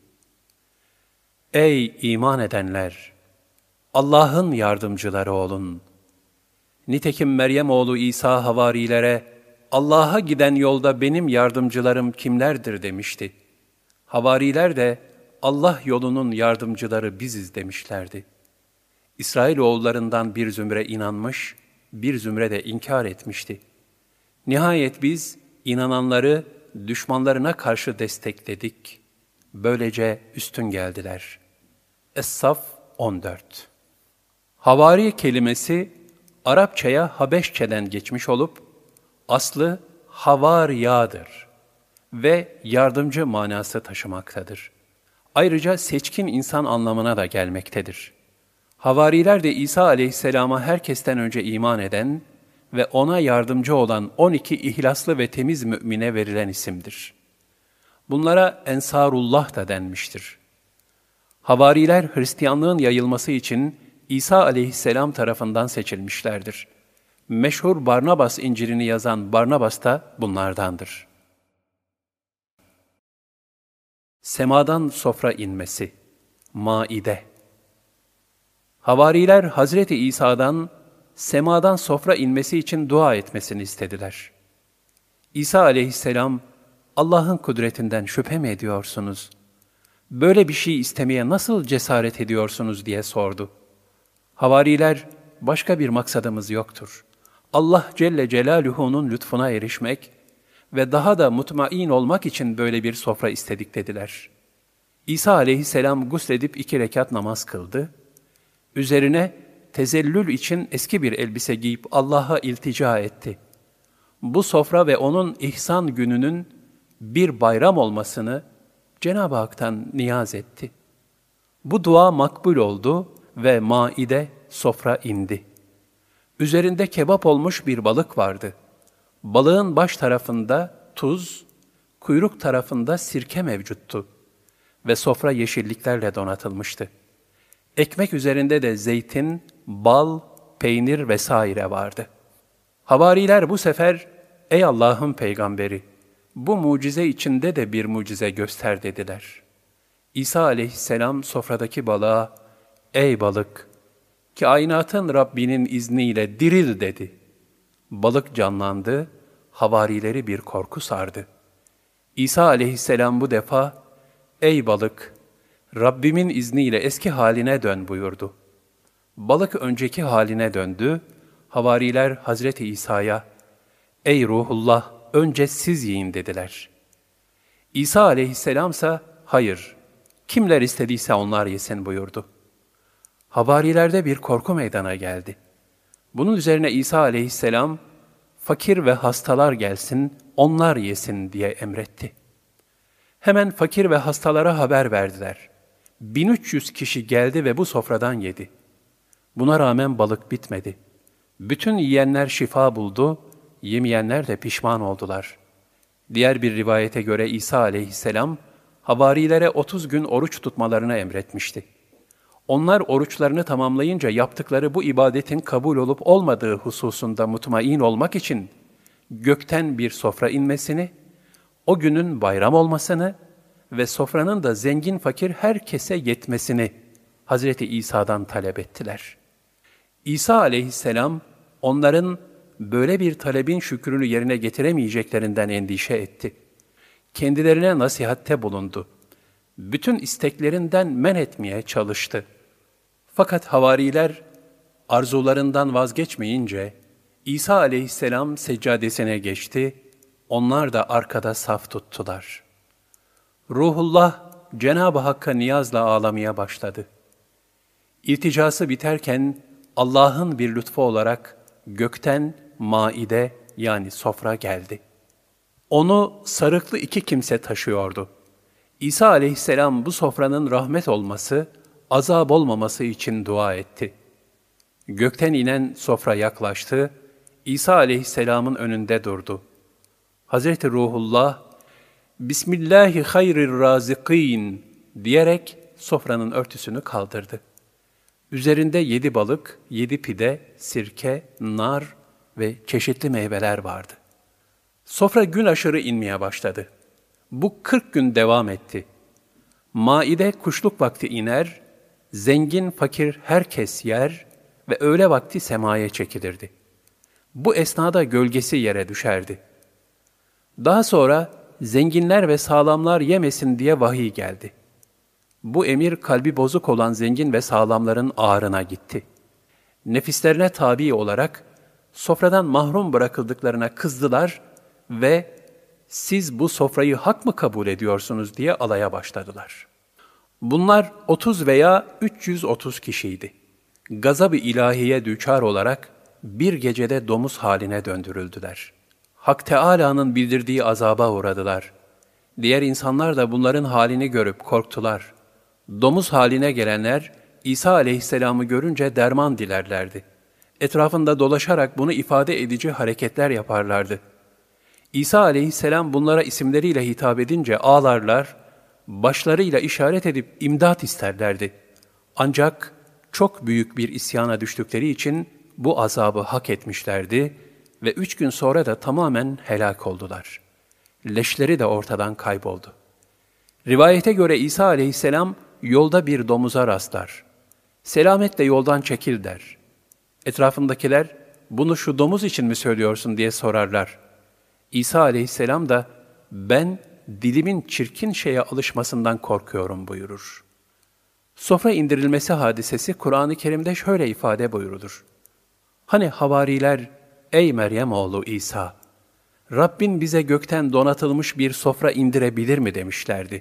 Ey iman edenler! Allah'ın yardımcıları olun. Nitekim Meryem oğlu İsa havarilere, Allah'a giden yolda benim yardımcılarım kimlerdir demişti. Havariler de Allah yolunun yardımcıları biziz demişlerdi. İsrailoğullarından bir zümre inanmış, bir zümre de inkar etmişti. Nihayet biz inananları düşmanlarına karşı destekledik. Böylece üstün geldiler. Es-Saf 14. Havari kelimesi Arapçaya Habeşçeden geçmiş olup aslı havaryadır ve yardımcı manası taşımaktadır. Ayrıca seçkin insan anlamına da gelmektedir. Havariler de İsa aleyhisselama herkesten önce iman eden ve ona yardımcı olan 12 ihlaslı ve temiz mümine verilen isimdir. Bunlara Ensarullah da denmiştir. Havariler Hristiyanlığın yayılması için İsa aleyhisselam tarafından seçilmişlerdir. Meşhur Barnabas İncil'ini yazan Barnabas da bunlardandır. Semadan sofra inmesi. Maide. Havariler Hazreti İsa'dan semadan sofra inmesi için dua etmesini istediler. İsa aleyhisselam, Allah'ın kudretinden şüphe mi ediyorsunuz? Böyle bir şey istemeye nasıl cesaret ediyorsunuz diye sordu. Havariler, başka bir maksadımız yoktur. Allah Celle Celaluhu'nun lütfuna erişmek ve daha da mutmain olmak için böyle bir sofra istedik dediler. İsa aleyhisselam gusledip 2 rekat namaz kıldı. Üzerine tezellül için eski bir elbise giyip Allah'a iltica etti. Bu sofra ve onun ihsan gününün bir bayram olmasını Cenab-ı Hak'tan niyaz etti. Bu dua makbul oldu ve maide, sofra indi. Üzerinde kebap olmuş bir balık vardı. Balığın baş tarafında tuz, kuyruk tarafında sirke mevcuttu ve sofra yeşilliklerle donatılmıştı. Ekmek üzerinde de zeytin, bal, peynir vesaire vardı. Havariler bu sefer, ''Ey Allah'ın peygamberi, bu mucize içinde de bir mucize göster.'' dediler. İsa aleyhisselam sofradaki balığa, ''Ey balık, kainatın Rabbinin izniyle diril dedi. Balık canlandı, havarileri bir korku sardı. İsa aleyhisselam bu defa, ''Ey balık, Rabbimin izniyle eski haline dön.'' buyurdu. Balık önceki haline döndü, havariler Hazreti İsa'ya, ''Ey Ruhullah, önce siz yiyin.'' dediler. İsa aleyhisselam ise, ''Hayır, kimler istediyse onlar yesin.'' buyurdu. Havarilerde bir korku meydana geldi. Bunun üzerine İsa aleyhisselam, fakir ve hastalar gelsin, onlar yesin diye emretti. Hemen fakir ve hastalara haber verdiler. 1300 kişi geldi ve bu sofradan yedi. Buna rağmen balık bitmedi. Bütün yiyenler şifa buldu, yemeyenler de pişman oldular. Diğer bir rivayete göre İsa aleyhisselam, havarilere 30 gün oruç tutmalarını emretmişti. Onlar oruçlarını tamamlayınca yaptıkları bu ibadetin kabul olup olmadığı hususunda mutmain olmak için gökten bir sofra inmesini, o günün bayram olmasını ve sofranın da zengin fakir herkese yetmesini Hazreti İsa'dan talep ettiler. İsa aleyhisselam onların böyle bir talebin şükrünü yerine getiremeyeceklerinden endişe etti. Kendilerine nasihatte bulundu. Bütün isteklerinden men etmeye çalıştı. Fakat havariler arzularından vazgeçmeyince İsa aleyhisselam seccadesine geçti, onlar da arkada saf tuttular. Ruhullah Cenab-ı Hakk'a niyazla ağlamaya başladı. İlticası biterken Allah'ın bir lütfu olarak gökten maide yani sofra geldi. Onu sarıklı 2 kimse taşıyordu. İsa aleyhisselam bu sofranın rahmet olması, azap olmaması için dua etti. Gökten inen sofra yaklaştı, İsa aleyhisselamın önünde durdu. Hazreti Ruhullah, Bismillahi hayrir razikîn diyerek sofranın örtüsünü kaldırdı. Üzerinde 7 balık, 7 pide, sirke, nar ve çeşitli meyveler vardı. Sofra gün aşırı inmeye başladı. Bu 40 gün devam etti. Maide kuşluk vakti iner, zengin fakir herkes yer ve öğle vakti semaya çekilirdi. Bu esnada gölgesi yere düşerdi. Daha sonra zenginler ve sağlamlar yemesin diye vahiy geldi. Bu emir kalbi bozuk olan zengin ve sağlamların ağrına gitti. Nefislerine tabi olarak sofradan mahrum bırakıldıklarına kızdılar ve siz bu sofrayı hak mı kabul ediyorsunuz diye alaya başladılar. Bunlar 30 veya 330 kişiydi. Gazab-ı ilahiye düçar olarak bir gecede domuz haline döndürüldüler. Hak Teâlâ'nın bildirdiği azaba uğradılar. Diğer insanlar da bunların halini görüp korktular. Domuz haline gelenler İsa aleyhisselamı görünce derman dilerlerdi. Etrafında dolaşarak bunu ifade edici hareketler yaparlardı. İsa aleyhisselam bunlara isimleriyle hitap edince ağlarlar, başlarıyla işaret edip imdat isterlerdi. Ancak çok büyük bir isyana düştükleri için bu azabı hak etmişlerdi ve 3 gün sonra da tamamen helak oldular. Leşleri de ortadan kayboldu. Rivayete göre İsa aleyhisselam yolda bir domuza rastlar. Selametle yoldan çekil der. Etrafındakiler bunu şu domuz için mi söylüyorsun diye sorarlar. İsa aleyhisselam da ben dilimin çirkin şeye alışmasından korkuyorum buyurur. Sofra indirilmesi hadisesi Kur'an-ı Kerim'de şöyle ifade buyurulur. Hani havariler, ey Meryem oğlu İsa, Rabbin bize gökten donatılmış bir sofra indirebilir mi demişlerdi.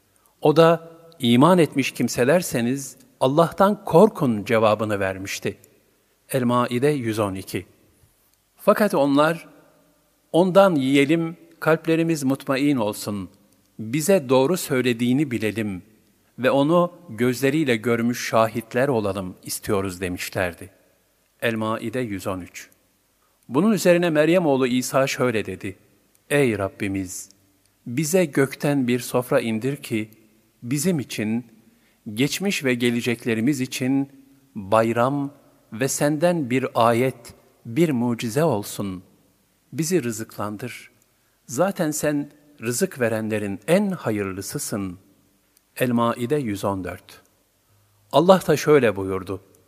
O da iman etmiş kimselerseniz Allah'tan korkun cevabını vermişti. El-Maide 112. Fakat onlar, ondan yiyelim, kalplerimiz mutmain olsun, bize doğru söylediğini bilelim ve onu gözleriyle görmüş şahitler olalım istiyoruz demişlerdi. El-Maide 113. Bunun üzerine Meryem oğlu İsa şöyle dedi. Ey Rabbimiz! Bize gökten bir sofra indir ki, bizim için, geçmiş ve geleceklerimiz için bayram ve senden bir ayet, bir mucize olsun. Bizi rızıklandır. Zaten sen rızık verenlerin en hayırlısısın. El-Maide 114. Allah da şöyle buyurdu.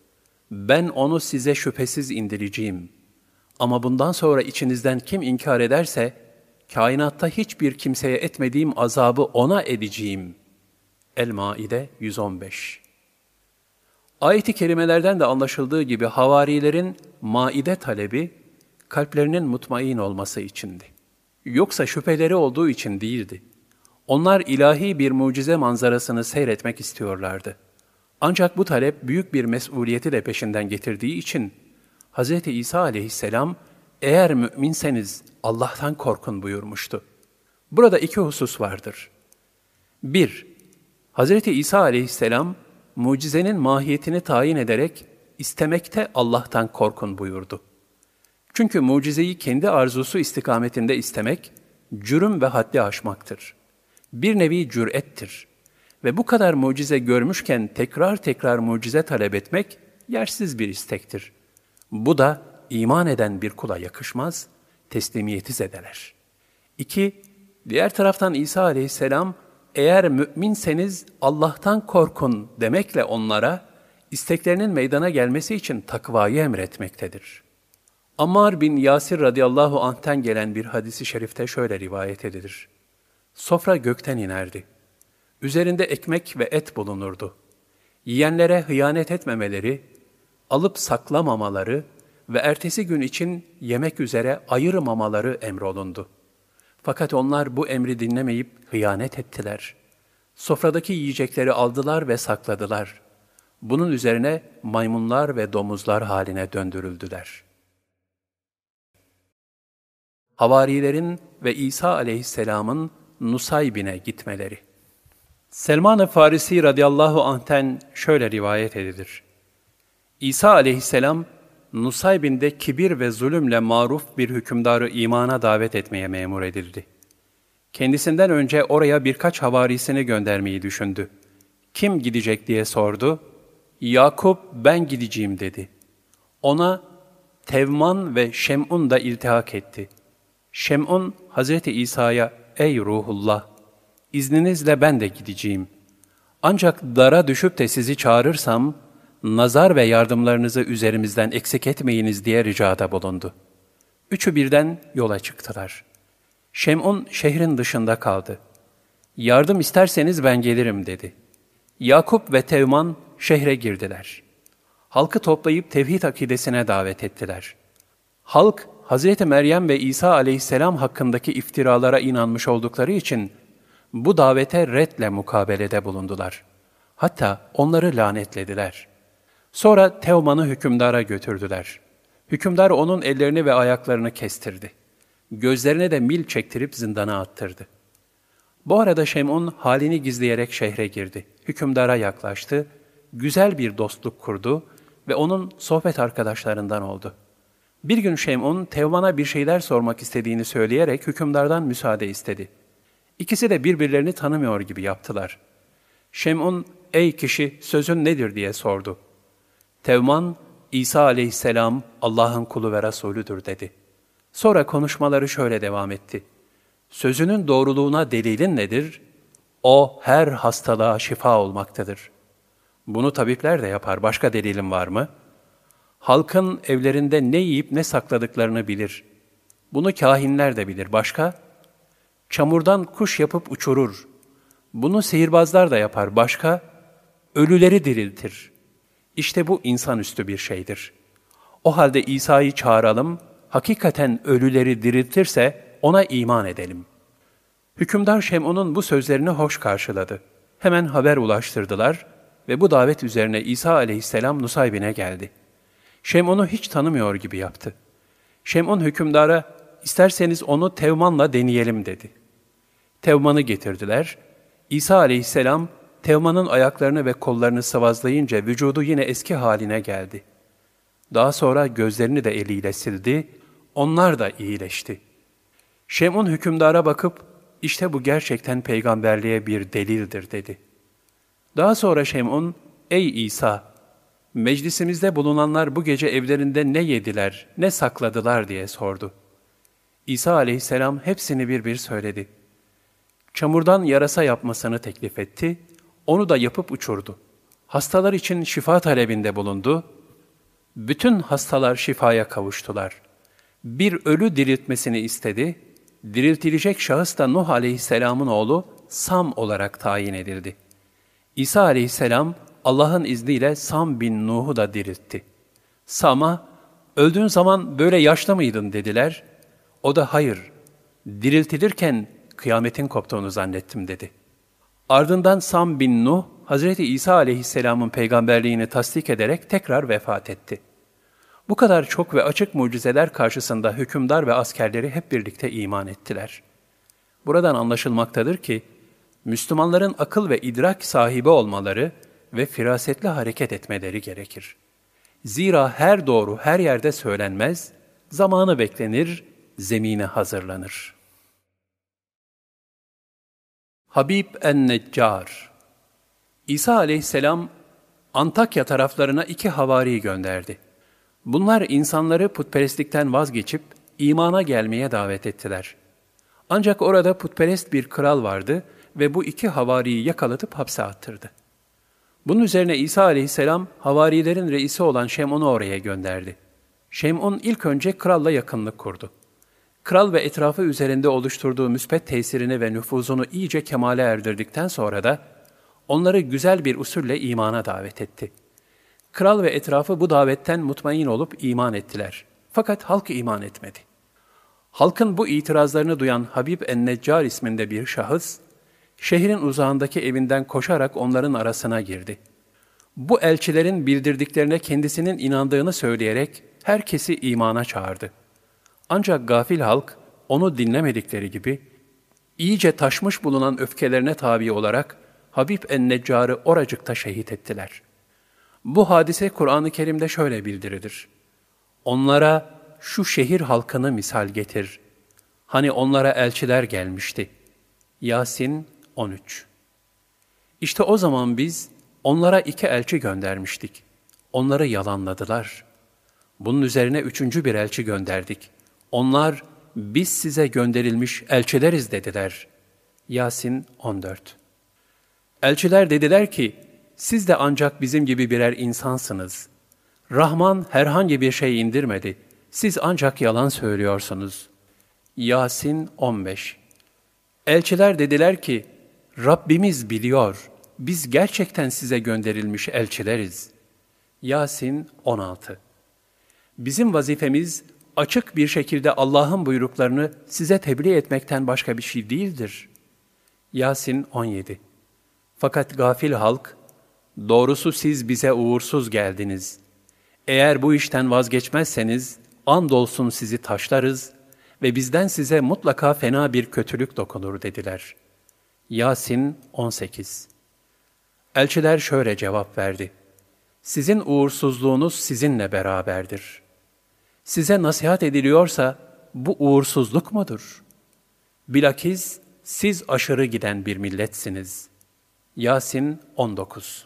Ben onu size şüphesiz indireceğim. Ama bundan sonra içinizden kim inkar ederse, kainatta hiçbir kimseye etmediğim azabı ona edeceğim. El-Maide 115. Ayet-i kerimelerden de anlaşıldığı gibi havarilerin maide talebi, kalplerinin mutmain olması içindi. Yoksa şüpheleri olduğu için değildi. Onlar ilahi bir mucize manzarasını seyretmek istiyorlardı. Ancak bu talep büyük bir mesuliyeti de peşinden getirdiği için Hz. İsa aleyhisselam, eğer müminseniz Allah'tan korkun buyurmuştu. Burada iki husus vardır. 1. Hz. İsa aleyhisselam, mucizenin mahiyetini tayin ederek, istemekte Allah'tan korkun buyurdu. Çünkü mucizeyi kendi arzusu istikametinde istemek, cürüm ve haddi aşmaktır. Bir nevi cürettir. Ve bu kadar mucize görmüşken tekrar tekrar mucize talep etmek, yersiz bir istektir. Bu da iman eden bir kula yakışmaz, teslimiyeti zedeler. 2. Diğer taraftan İsa aleyhisselam, eğer müminseniz Allah'tan korkun demekle onlara, isteklerinin meydana gelmesi için takvayı emretmektedir. Ammar bin Yasir radıyallahu anh'ten gelen bir hadisi şerifte şöyle rivayet edilir. Sofra gökten inerdi. Üzerinde ekmek ve et bulunurdu. Yiyenlere hıyanet etmemeleri, alıp saklamamaları ve ertesi gün için yemek üzere ayırmamaları emrolundu. Fakat onlar bu emri dinlemeyip hıyanet ettiler. Sofradaki yiyecekleri aldılar ve sakladılar. Bunun üzerine maymunlar ve domuzlar haline döndürüldüler. Havarilerin ve İsa aleyhisselamın Nusaybin'e gitmeleri. Selman-ı Farisi radıyallahu anh'ten şöyle rivayet edilir. İsa aleyhisselam, Nusaybin'de kibir ve zulümle maruf bir hükümdarı imana davet etmeye memur edildi. Kendisinden önce oraya birkaç havarisini göndermeyi düşündü. Kim gidecek diye sordu. Yakup ben gideceğim dedi. Ona Tevman ve Şem'un da iltihak etti. Şem'un Hazreti İsa'ya ey ruhullah, izninizle ben de gideceğim. Ancak dara düşüp de sizi çağırırsam, nazar ve yardımlarınızı üzerimizden eksik etmeyiniz diye ricada bulundu. Üçü birden yola çıktılar. Şem'un şehrin dışında kaldı. Yardım isterseniz ben gelirim dedi. Yakup ve Tevman şehre girdiler. Halkı toplayıp tevhid akidesine davet ettiler. Halk, Hazreti Meryem ve İsa aleyhisselam hakkındaki iftiralara inanmış oldukları için bu davete redle mukabelede bulundular. Hatta onları lanetlediler. Sonra Tevman'ı hükümdara götürdüler. Hükümdar onun ellerini ve ayaklarını kestirdi. Gözlerine de mil çektirip zindana attırdı. Bu arada Şem'un halini gizleyerek şehre girdi. Hükümdara yaklaştı, güzel bir dostluk kurdu ve onun sohbet arkadaşlarından oldu. Bir gün Şem'un Tevman'a bir şeyler sormak istediğini söyleyerek hükümdardan müsaade istedi. İkisi de birbirlerini tanımıyor gibi yaptılar. Şem'un, ey kişi sözün nedir diye sordu. Tevman, İsa aleyhisselam Allah'ın kulu ve Resulüdür dedi. Sonra konuşmaları şöyle devam etti. Sözünün doğruluğuna delilin nedir? O her hastalığa şifa olmaktadır. Bunu tabipler de yapar, başka delilin var mı? Halkın evlerinde ne yiyip ne sakladıklarını bilir. Bunu kâhinler de bilir, başka? Çamurdan kuş yapıp uçurur. Bunu sihirbazlar da yapar, başka? Ölüleri diriltir. İşte bu insanüstü bir şeydir. O halde İsa'yı çağıralım, hakikaten ölüleri diriltirse ona iman edelim. Hükümdar Şem'un'un bu sözlerini hoş karşıladı. Hemen haber ulaştırdılar ve bu davet üzerine İsa aleyhisselam Nusaybin'e geldi. Şem'un'u hiç tanımıyor gibi yaptı. Şem'un hükümdara, isterseniz onu Tevman'la deneyelim dedi. Tevman'ı getirdiler. İsa aleyhisselam, Tevman'ın ayaklarını ve kollarını sıvazlayınca vücudu yine eski haline geldi. Daha sonra gözlerini de eliyle sildi, onlar da iyileşti. Şem'un hükümdara bakıp, işte bu gerçekten peygamberliğe bir delildir dedi. Daha sonra Şem'un, ey İsa, meclisimizde bulunanlar bu gece evlerinde ne yediler, ne sakladılar diye sordu. İsa aleyhisselam hepsini bir bir söyledi. Çamurdan yarasa yapmasını teklif etti, onu da yapıp uçurdu. Hastalar için şifa talebinde bulundu, Bütün hastalar şifaya kavuştular. Bir ölü diriltmesini istedi, diriltilecek şahıs da Nuh aleyhisselamın oğlu Sam olarak tayin edildi. İsa aleyhisselam Allah'ın izniyle Sam bin Nuh'u da diriltti. Sam'a, öldüğün zaman böyle yaşlı mıydın dediler. O da hayır, diriltilirken kıyametin koptuğunu zannettim dedi. Ardından Sam bin Nuh, Hazreti İsa aleyhisselamın peygamberliğini tasdik ederek tekrar vefat etti. Bu kadar çok ve açık mucizeler karşısında hükümdar ve askerleri hep birlikte iman ettiler. Buradan anlaşılmaktadır ki, Müslümanların akıl ve idrak sahibi olmaları ve firasetli hareket etmeleri gerekir. Zira her doğru her yerde söylenmez, zamanı beklenir, zemine hazırlanır. Habib en-Neccar. İsa aleyhisselam Antakya taraflarına 2 havari gönderdi. Bunlar insanları putperestlikten vazgeçip imana gelmeye davet ettiler. Ancak orada putperest bir kral vardı ve bu 2 havariyi yakalatıp hapse attırdı. Bunun üzerine İsa aleyhisselam havarilerin reisi olan Şem'un'u oraya gönderdi. Şem'un ilk önce kralla yakınlık kurdu. Kral ve etrafı üzerinde oluşturduğu müspet tesirini ve nüfuzunu iyice kemale erdirdikten sonra da onları güzel bir usulle imana davet etti. Kral ve etrafı bu davetten mutmain olup iman ettiler. Fakat halk iman etmedi. Halkın bu itirazlarını duyan Habib en-Neccar isminde bir şahıs, şehrin uzağındaki evinden koşarak onların arasına girdi. Bu elçilerin bildirdiklerine kendisinin inandığını söyleyerek herkesi imana çağırdı. Ancak gafil halk onu dinlemedikleri gibi, iyice taşmış bulunan öfkelerine tabi olarak Habib en-Neccar'ı oracıkta şehit ettiler. Bu hadise Kur'an-ı Kerim'de şöyle bildirilir. Onlara şu şehir halkını misal getir. Hani onlara elçiler gelmişti. Yasin 13. İşte o zaman biz onlara 2 elçi göndermiştik. Onları yalanladılar. Bunun üzerine 3. bir elçi gönderdik. Onlar, biz size gönderilmiş elçileriz dediler. Yasin 14. Elçiler dediler ki, siz de ancak bizim gibi birer insansınız. Rahman herhangi bir şey indirmedi. Siz ancak yalan söylüyorsunuz. Yasin 15. Elçiler dediler ki, Rabbimiz biliyor, biz gerçekten size gönderilmiş elçileriz. Yasin 16. Bizim vazifemiz, açık bir şekilde Allah'ın buyruklarını size tebliğ etmekten başka bir şey değildir. Yasin 17. Fakat gafil halk, doğrusu siz bize uğursuz geldiniz. Eğer bu işten vazgeçmezseniz, andolsun sizi taşlarız ve bizden size mutlaka fena bir kötülük dokunur dediler. Yasin 18. Elçiler şöyle cevap verdi. Sizin uğursuzluğunuz sizinle beraberdir. Size nasihat ediliyorsa bu uğursuzluk mudur? Bilakis siz aşırı giden bir milletsiniz. Yasin 19.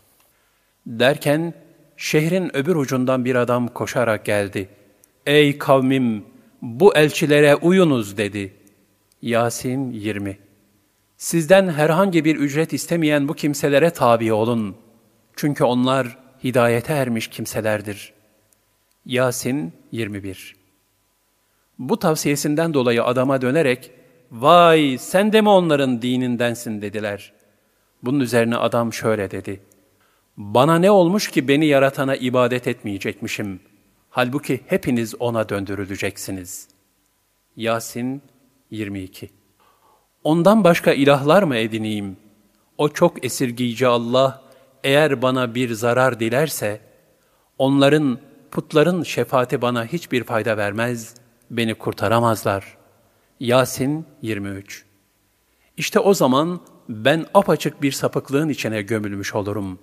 Derken şehrin öbür ucundan bir adam koşarak geldi. Ey kavmim, bu elçilere uyunuz dedi. Yasin 20. Sizden herhangi bir ücret istemeyen bu kimselere tabi olun. Çünkü onlar hidayete ermiş kimselerdir. Yasin 21. Bu tavsiyesinden dolayı adama dönerek, vay sen de mi onların dinindensin dediler. Bunun üzerine adam şöyle dedi. Bana ne olmuş ki beni yaratana ibadet etmeyecekmişim? Halbuki hepiniz ona döndürüleceksiniz. Yasin 22. Ondan başka ilahlar mı edineyim? O çok esirgiyici Allah, eğer bana bir zarar dilerse, onların, putların şefaati bana hiçbir fayda vermez, beni kurtaramazlar. Yasin 23. İşte o zaman ben apaçık bir sapıklığın içine gömülmüş olurum.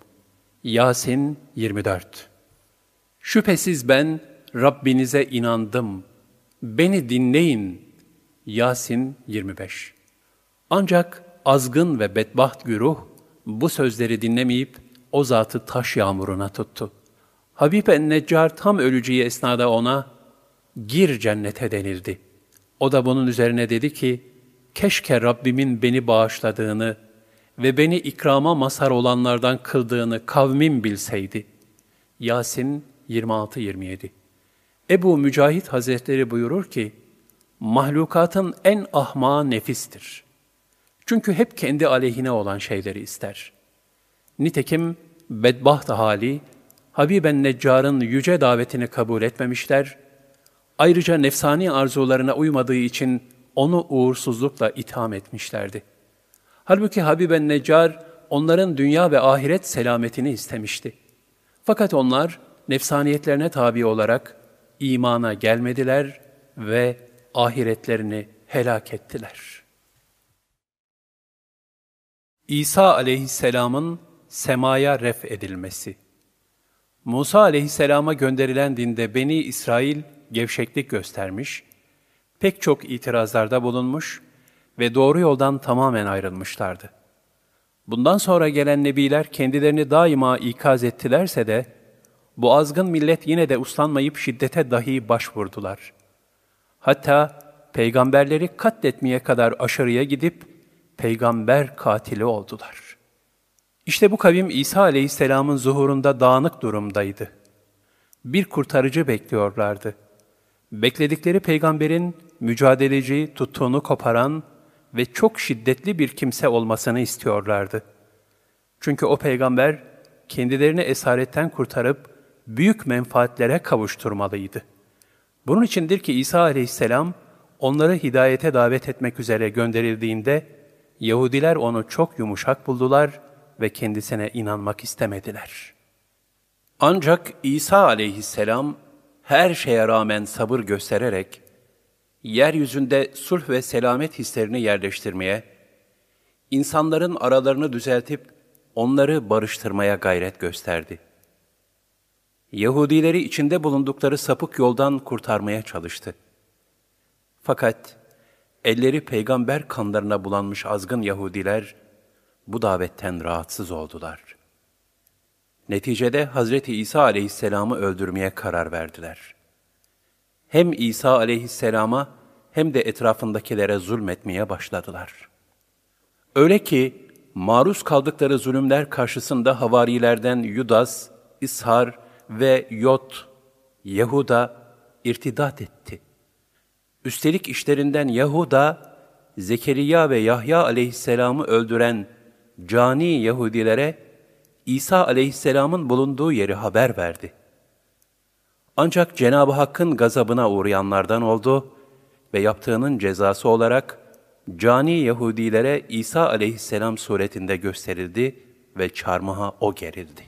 Yasin 24. Şüphesiz ben Rabbinize inandım. Beni dinleyin. Yasin 25. Ancak azgın ve bedbaht güruh bu sözleri dinlemeyip o zatı taş yağmuruna tuttu. Habib en-Neccar tam öleceği esnada ona gir cennete denildi. O da bunun üzerine dedi ki, keşke Rabbimin beni bağışladığını ve beni ikrama mazhar olanlardan kıldığını kavmim bilseydi. Yasin 26-27. Ebu Mücahit Hazretleri buyurur ki, mahlukatın en ahmağı nefistir. Çünkü hep kendi aleyhine olan şeyleri ister. Nitekim bedbaht hali, Habiben Neccar'ın yüce davetini kabul etmemişler, ayrıca nefsani arzularına uymadığı için onu uğursuzlukla itham etmişlerdi. Halbuki Habiben Neccar, onların dünya ve ahiret selametini istemişti. Fakat onlar, nefsaniyetlerine tabi olarak imana gelmediler ve ahiretlerini helak ettiler. İsa aleyhisselamın semaya ref edilmesi. Musa aleyhisselama gönderilen dinde Beni İsrail gevşeklik göstermiş, pek çok itirazlarda bulunmuş ve doğru yoldan tamamen ayrılmışlardı. Bundan sonra gelen nebiler kendilerini daima ikaz ettilerse de, bu azgın millet yine de uslanmayıp şiddete dahi başvurdular. Hatta peygamberleri katletmeye kadar aşırıya gidip, peygamber katili oldular. İşte bu kavim İsa aleyhisselamın zuhurunda dağınık durumdaydı. Bir kurtarıcı bekliyorlardı. Bekledikleri peygamberin mücadeleci, tuttuğunu koparan ve çok şiddetli bir kimse olmasını istiyorlardı. Çünkü o peygamber kendilerini esaretten kurtarıp büyük menfaatlere kavuşturmalıydı. Bunun içindir ki İsa aleyhisselam onları hidayete davet etmek üzere gönderildiğinde Yahudiler onu çok yumuşak buldular ve kendisine inanmak istemediler. Ancak İsa aleyhisselam her şeye rağmen sabır göstererek yeryüzünde sulh ve selamet hislerini yerleştirmeye, insanların aralarını düzeltip onları barıştırmaya gayret gösterdi. Yahudileri içinde bulundukları sapık yoldan kurtarmaya çalıştı. Fakat elleri peygamber kanlarına bulanmış azgın Yahudiler bu davetten rahatsız oldular. Neticede Hazreti İsa aleyhisselamı öldürmeye karar verdiler. Hem İsa aleyhisselama hem de etrafındakilere zulmetmeye başladılar. Öyle ki maruz kaldıkları zulümler karşısında havarilerden Yudas, İshar ve Yot, Yahuda irtidat etti. Üstelik işlerinden Yahuda, Zekeriya ve Yahya aleyhisselamı öldüren cani Yahudilere İsa aleyhisselamın bulunduğu yeri haber verdi. Ancak Cenab-ı Hakk'ın gazabına uğrayanlardan oldu ve yaptığının cezası olarak cani Yahudilere İsa aleyhisselam suretinde gösterildi ve çarmıha o gerildi.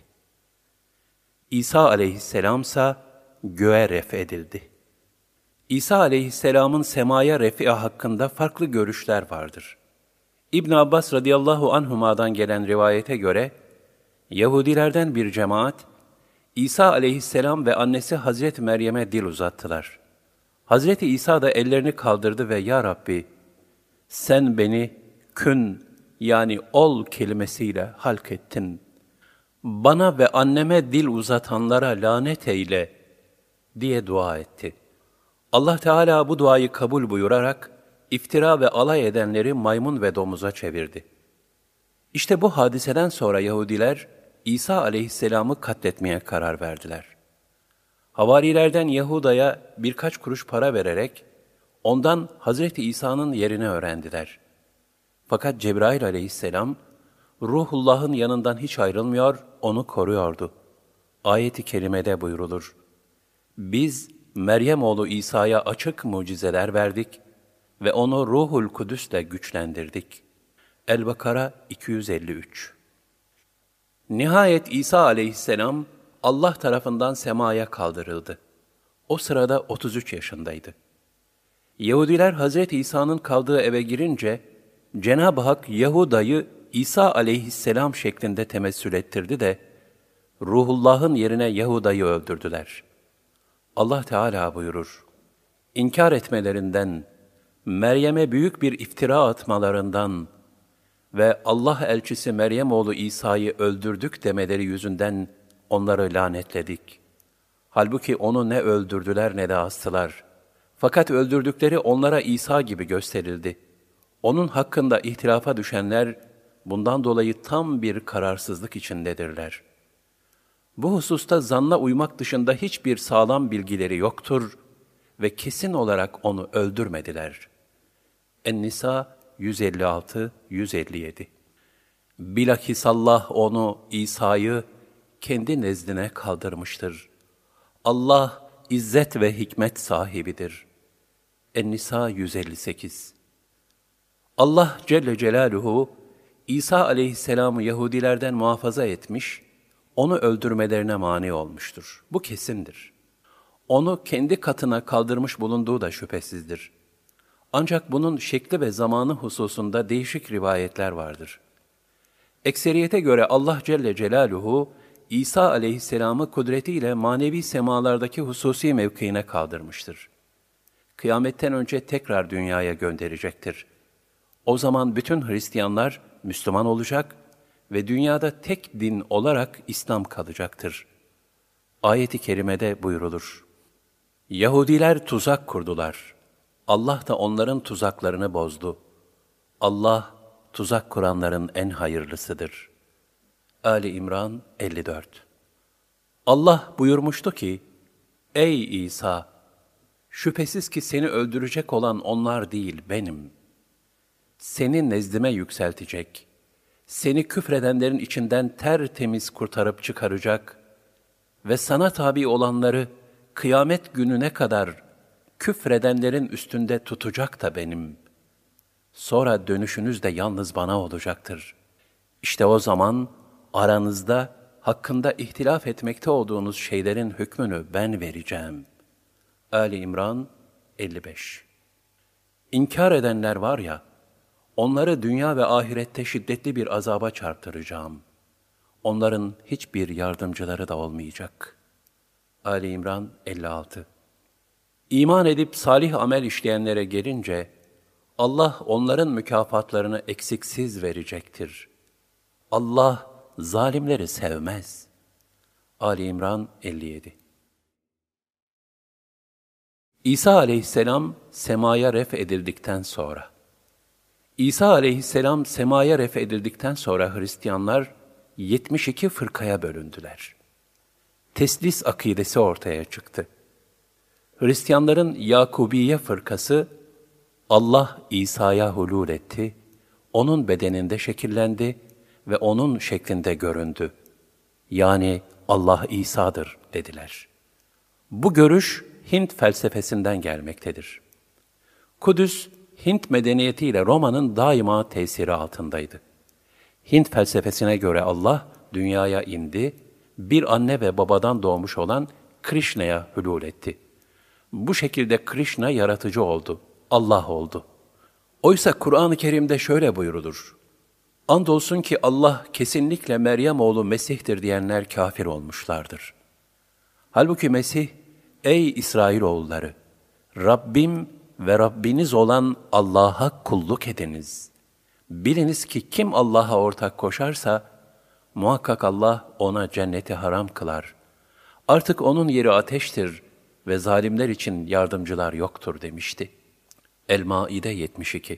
İsa aleyhisselamsa göğe ref edildi. İsa aleyhisselamın semaya refi hakkında farklı görüşler vardır. İbn Abbas radıyallahu anhuma'dan gelen rivayete göre, Yahudilerden bir cemaat, İsa aleyhisselam ve annesi Hazreti Meryem'e dil uzattılar. Hazreti İsa da ellerini kaldırdı ve Ya Rabbi, sen beni kün yani ol kelimesiyle halk ettin. Bana ve anneme dil uzatanlara lanet eyle diye dua etti. Allah Teala bu duayı kabul buyurarak iftira ve alay edenleri maymun ve domuza çevirdi. İşte bu hadiseden sonra Yahudiler İsa aleyhisselamı katletmeye karar verdiler. Havarilerden Yahuda'ya birkaç kuruş para vererek ondan Hazreti İsa'nın yerini öğrendiler. Fakat Cebrail aleyhisselam Ruhullah'ın yanından hiç ayrılmıyor, onu koruyordu. Ayet-i kerimede buyrulur. Biz Meryem oğlu İsa'ya açık mucizeler verdik ve onu Ruhul Kudüs'le güçlendirdik. El-Bakara 253. Nihayet İsa aleyhisselam Allah tarafından semaya kaldırıldı. O sırada 33 yaşındaydı. Yahudiler Hazreti İsa'nın kaldığı eve girince Cenab-ı Hak Yahuda'yı İsa aleyhisselam şeklinde temessül ettirdi de Ruhullah'ın yerine Yahuda'yı öldürdüler. Allah Teala buyurur, İnkar etmelerinden, Meryem'e büyük bir iftira atmalarından ve Allah elçisi Meryem oğlu İsa'yı öldürdük demeleri yüzünden onları lanetledik. Halbuki onu ne öldürdüler ne de astılar. Fakat öldürdükleri onlara İsa gibi gösterildi. Onun hakkında ihtilafa düşenler bundan dolayı tam bir kararsızlık içindedirler. Bu hususta zanna uymak dışında hiçbir sağlam bilgileri yoktur ve kesin olarak onu öldürmediler. En-Nisa 156-157. Bilakis Allah onu, İsa'yı kendi nezdine kaldırmıştır. Allah izzet ve hikmet sahibidir. En-Nisa 158. Allah Celle Celaluhu, İsa aleyhisselamı Yahudilerden muhafaza etmiş, onu öldürmelerine mani olmuştur. Bu kesindir. Onu kendi katına kaldırmış bulunduğu da şüphesizdir. Ancak bunun şekli ve zamanı hususunda değişik rivayetler vardır. Ekseriyete göre Allah Celle Celaluhu, İsa aleyhisselamı kudretiyle manevi semalardaki hususi mevkiine kaldırmıştır. Kıyametten önce tekrar dünyaya gönderecektir. O zaman bütün Hristiyanlar Müslüman olacak ve dünyada tek din olarak İslam kalacaktır. Ayet-i kerimede buyrulur. Yahudiler tuzak kurdular. Allah da onların tuzaklarını bozdu. Allah, tuzak kuranların en hayırlısıdır. Ali İmran 54. Allah buyurmuştu ki, Ey İsa! Şüphesiz ki seni öldürecek olan onlar değil, benim. Seni nezdime yükseltecek, seni küfredenlerin içinden tertemiz kurtarıp çıkaracak ve sana tabi olanları kıyamet gününe kadar küfredenlerin üstünde tutacak da benim. Sonra dönüşünüz de yalnız bana olacaktır. İşte o zaman aranızda hakkında ihtilaf etmekte olduğunuz şeylerin hükmünü ben vereceğim. Ali İmran 55. İnkar edenler var ya, onları dünya ve ahirette şiddetli bir azaba çarptıracağım. Onların hiçbir yardımcıları da olmayacak. Ali İmran 56. İman edip salih amel işleyenlere gelince, Allah onların mükafatlarını eksiksiz verecektir. Allah zalimleri sevmez. Ali İmran 57. İsa aleyhisselam semaya ref edildikten sonra, Hristiyanlar 72 fırkaya bölündüler. Teslis akidesi ortaya çıktı. Hristiyanların Yakubiye fırkası, Allah İsa'ya hulul etti, onun bedeninde şekillendi ve onun şeklinde göründü. Yani Allah İsa'dır dediler. Bu görüş Hint felsefesinden gelmektedir. Kudüs, Hint medeniyetiyle Roma'nın daima tesiri altındaydı. Hint felsefesine göre Allah dünyaya indi, bir anne ve babadan doğmuş olan Krishna'ya hulul etti. Bu şekilde Krishna yaratıcı oldu, Allah oldu. Oysa Kur'an-ı Kerim'de şöyle buyrulur. Andolsun ki Allah kesinlikle Meryem oğlu Mesih'tir diyenler kafir olmuşlardır. Halbuki Mesih, ey İsrailoğulları, Rabbim ve Rabbiniz olan Allah'a kulluk ediniz. Biliniz ki kim Allah'a ortak koşarsa, muhakkak Allah ona cenneti haram kılar. Artık onun yeri ateştir ve zalimler için yardımcılar yoktur demişti. El-Maide 72.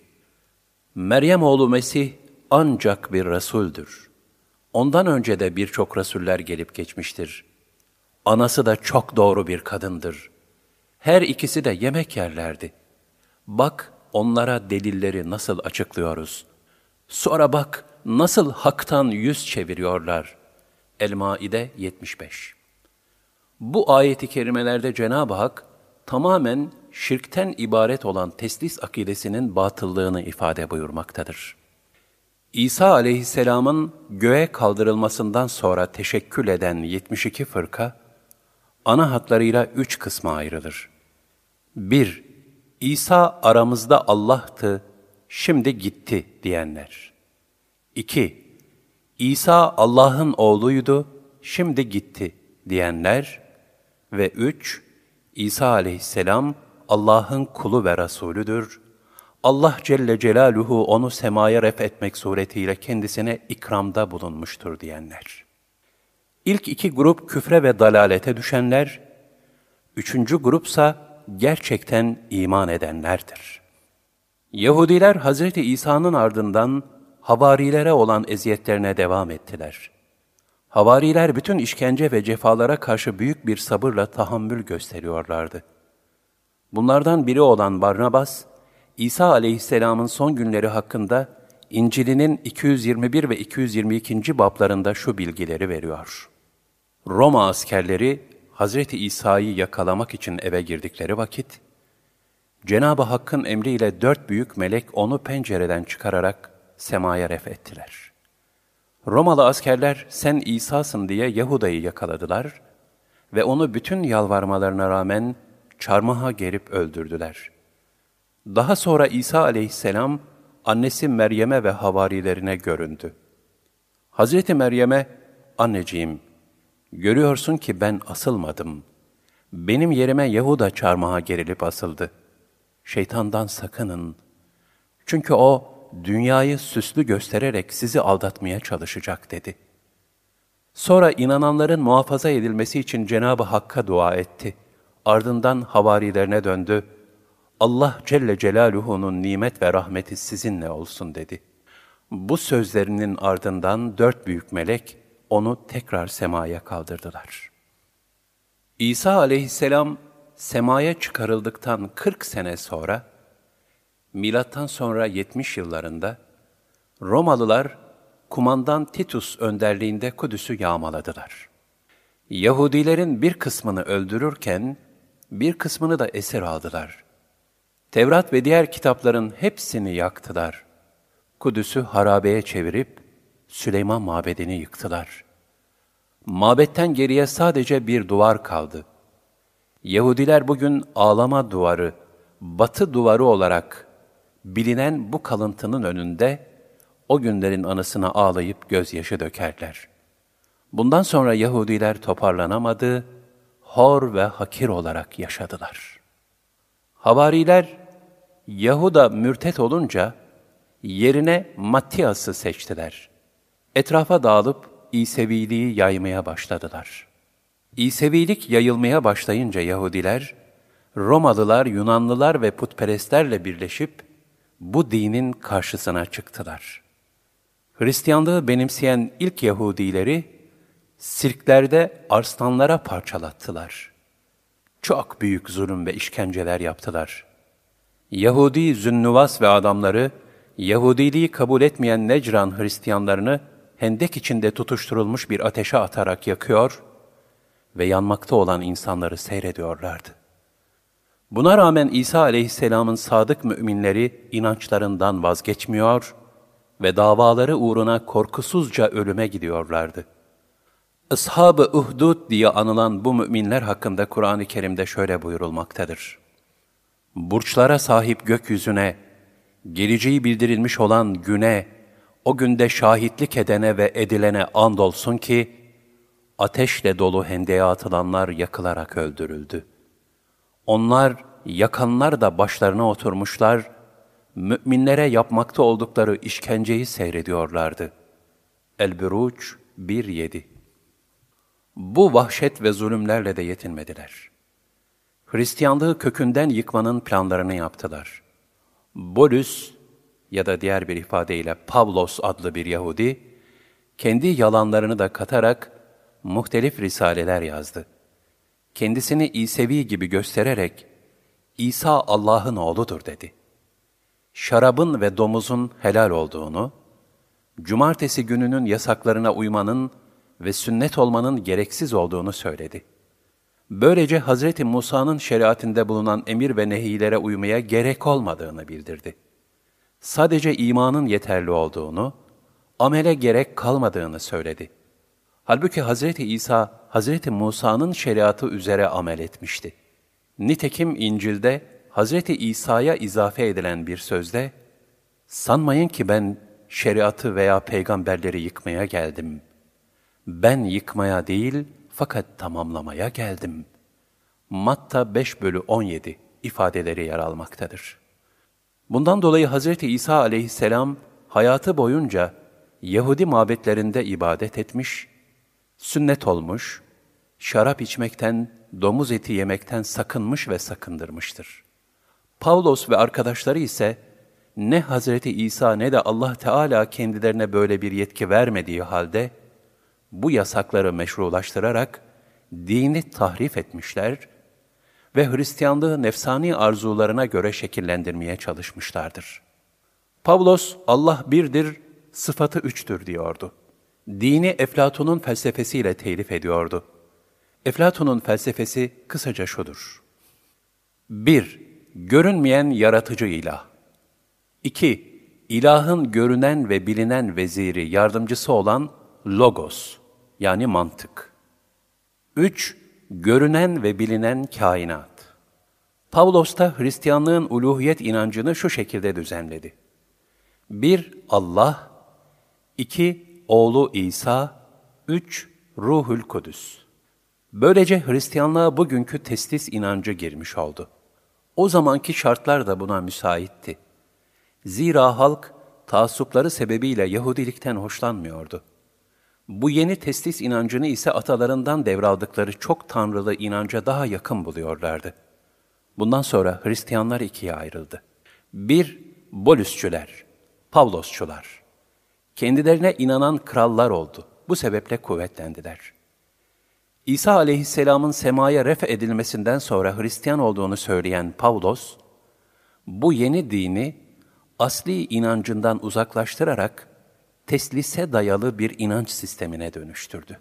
Meryem oğlu Mesih ancak bir Resul'dür. Ondan önce de birçok Resuller gelip geçmiştir. Anası da çok doğru bir kadındır. Her ikisi de yemek yerlerdi. Bak onlara delilleri nasıl açıklıyoruz. Sonra bak nasıl haktan yüz çeviriyorlar. El-Maide 75. Bu ayeti kerimelerde Cenab-ı Hak tamamen şirkten ibaret olan teslis akidesinin batıllığını ifade buyurmaktadır. İsa aleyhisselamın göğe kaldırılmasından sonra teşekkül eden 72 fırka, ana hatlarıyla 3 kısma ayrılır. 1. İsa aramızda Allah'tı, şimdi gitti diyenler. 2. İsa Allah'ın oğluydu, şimdi gitti diyenler. Ve 3. İsa aleyhisselam Allah'ın kulu ve Resulüdür. Allah Celle Celaluhu onu semaya ref etmek suretiyle kendisine ikramda bulunmuştur diyenler. İlk 2 grup küfre ve dalalete düşenler, 3. grupsa gerçekten iman edenlerdir. Yahudiler Hz. İsa'nın ardından havarilere olan eziyetlerine devam ettiler. Havariler bütün işkence ve cefalara karşı büyük bir sabırla tahammül gösteriyorlardı. Bunlardan biri olan Barnabas, İsa aleyhisselamın son günleri hakkında İncil'inin 221 ve 222. bablarında şu bilgileri veriyor. Roma askerleri Hazreti İsa'yı yakalamak için eve girdikleri vakit, Cenab-ı Hakk'ın emriyle 4 büyük melek onu pencereden çıkararak semaya ref ettiler. Romalı askerler sen İsa'sın diye Yahuda'yı yakaladılar ve onu bütün yalvarmalarına rağmen çarmıha gerip öldürdüler. Daha sonra İsa aleyhisselam annesi Meryem'e ve havarilerine göründü. Hazreti Meryem'e, anneciğim, görüyorsun ki ben asılmadım. Benim yerime Yahuda çarmıha gerilip asıldı. Şeytandan sakının. Çünkü o, dünyayı süslü göstererek sizi aldatmaya çalışacak dedi. Sonra inananların muhafaza edilmesi için Cenab-ı Hakk'a dua etti. Ardından havarilerine döndü. Allah Celle Celaluhu'nun nimet ve rahmeti sizinle olsun dedi. Bu sözlerinin ardından 4 büyük melek onu tekrar semaya kaldırdılar. İsa aleyhisselam semaya çıkarıldıktan 40 sene sonra, milattan sonra 70 yıllarında Romalılar kumandan Titus önderliğinde Kudüs'ü yağmaladılar. Yahudilerin bir kısmını öldürürken bir kısmını da esir aldılar. Tevrat ve diğer kitapların hepsini yaktılar. Kudüs'ü harabeye çevirip Süleyman mabedini yıktılar. Mabetten geriye sadece bir duvar kaldı. Yahudiler bugün ağlama duvarı, batı duvarı olarak bilinen bu kalıntının önünde o günlerin anısına ağlayıp gözyaşı dökerler. Bundan sonra Yahudiler toparlanamadı, hor ve hakir olarak yaşadılar. Havariler Yahuda mürtet olunca yerine Mattiyas'ı seçtiler. Etrafa dağılıp İseviliği yaymaya başladılar. İsevilik yayılmaya başlayınca Yahudiler, Romalılar, Yunanlılar ve putperestlerle birleşip bu dinin karşısına çıktılar. Hristiyanlığı benimseyen ilk Yahudileri sirklerde arslanlara parçalattılar. Çok büyük zulüm ve işkenceler yaptılar. Yahudi Zünnuvas ve adamları, Yahudiliği kabul etmeyen Necran Hristiyanlarını hendek içinde tutuşturulmuş bir ateşe atarak yakıyor ve yanmakta olan insanları seyrediyorlardı. Buna rağmen İsa aleyhisselamın sadık müminleri inançlarından vazgeçmiyor ve davaları uğruna korkusuzca ölüme gidiyorlardı. Ashab-ı Uhdud diye anılan bu müminler hakkında Kur'an-ı Kerim'de şöyle buyurulmaktadır. Burçlara sahip gökyüzüne, geleceği bildirilmiş olan güne, o günde şahitlik edene ve edilene andolsun ki, ateşle dolu hendeye atılanlar yakılarak öldürüldü. Onlar, yakanlar da başlarına oturmuşlar, müminlere yapmakta oldukları işkenceyi seyrediyorlardı. El-Buruç 1-7. Bu vahşet ve zulümlerle de yetinmediler. Hristiyanlığı kökünden yıkmanın planlarını yaptılar. Bolus ya da diğer bir ifadeyle Pavlos adlı bir Yahudi, kendi yalanlarını da katarak muhtelif risaleler yazdı. Kendisini İsevi gibi göstererek, İsa Allah'ın oğludur dedi. Şarabın ve domuzun helal olduğunu, cumartesi gününün yasaklarına uymanın ve sünnet olmanın gereksiz olduğunu söyledi. Böylece Hz. Musa'nın şeriatinde bulunan emir ve nehilere uymaya gerek olmadığını bildirdi. Sadece imanın yeterli olduğunu, amele gerek kalmadığını söyledi. Halbuki Hz. İsa, Hz. Musa'nın şeriatı üzere amel etmişti. Nitekim İncil'de Hz. İsa'ya izafe edilen bir sözde, "Sanmayın ki ben şeriatı veya peygamberleri yıkmaya geldim. Ben yıkmaya değil, fakat tamamlamaya geldim." Matta 5/17 ifadeleri yer almaktadır. Bundan dolayı Hz. İsa aleyhisselam hayatı boyunca Yahudi mabetlerinde ibadet etmiş, sünnet olmuş, şarap içmekten, domuz eti yemekten sakınmış ve sakındırmıştır. Pavlos ve arkadaşları ise ne Hz. İsa ne de Allah Teala kendilerine böyle bir yetki vermediği halde, bu yasakları meşrulaştırarak dini tahrif etmişler ve Hristiyanlığı nefsani arzularına göre şekillendirmeye çalışmışlardır. Pavlos, Allah birdir, sıfatı üçtür diyordu. Dini Eflatun'un felsefesiyle telif ediyordu. Eflatun'un felsefesi kısaca şudur: 1. Görünmeyen yaratıcı ilah. 2. İlahın görünen ve bilinen veziri, yardımcısı olan logos, yani mantık. 3. Görünen ve bilinen kainat. Pavlos da Hristiyanlığın uluhiyet inancını şu şekilde düzenledi: 1. Allah, 2. Oğlu İsa, 3. Ruhul Kudüs. Böylece Hristiyanlığa bugünkü teslis inancı girmiş oldu. O zamanki şartlar da buna müsaitti. Zira halk taassupları sebebiyle Yahudilikten hoşlanmıyordu. Bu yeni teslis inancını ise atalarından devraldıkları çok tanrılı inanca daha yakın buluyorlardı. Bundan sonra Hristiyanlar ikiye ayrıldı. 1. Bolüsçüler, Pavlosçular. Kendilerine inanan krallar oldu. Bu sebeple kuvvetlendiler. İsa aleyhisselamın semaya ref edilmesinden sonra Hristiyan olduğunu söyleyen Pavlos, bu yeni dini asli inancından uzaklaştırarak teslise dayalı bir inanç sistemine dönüştürdü.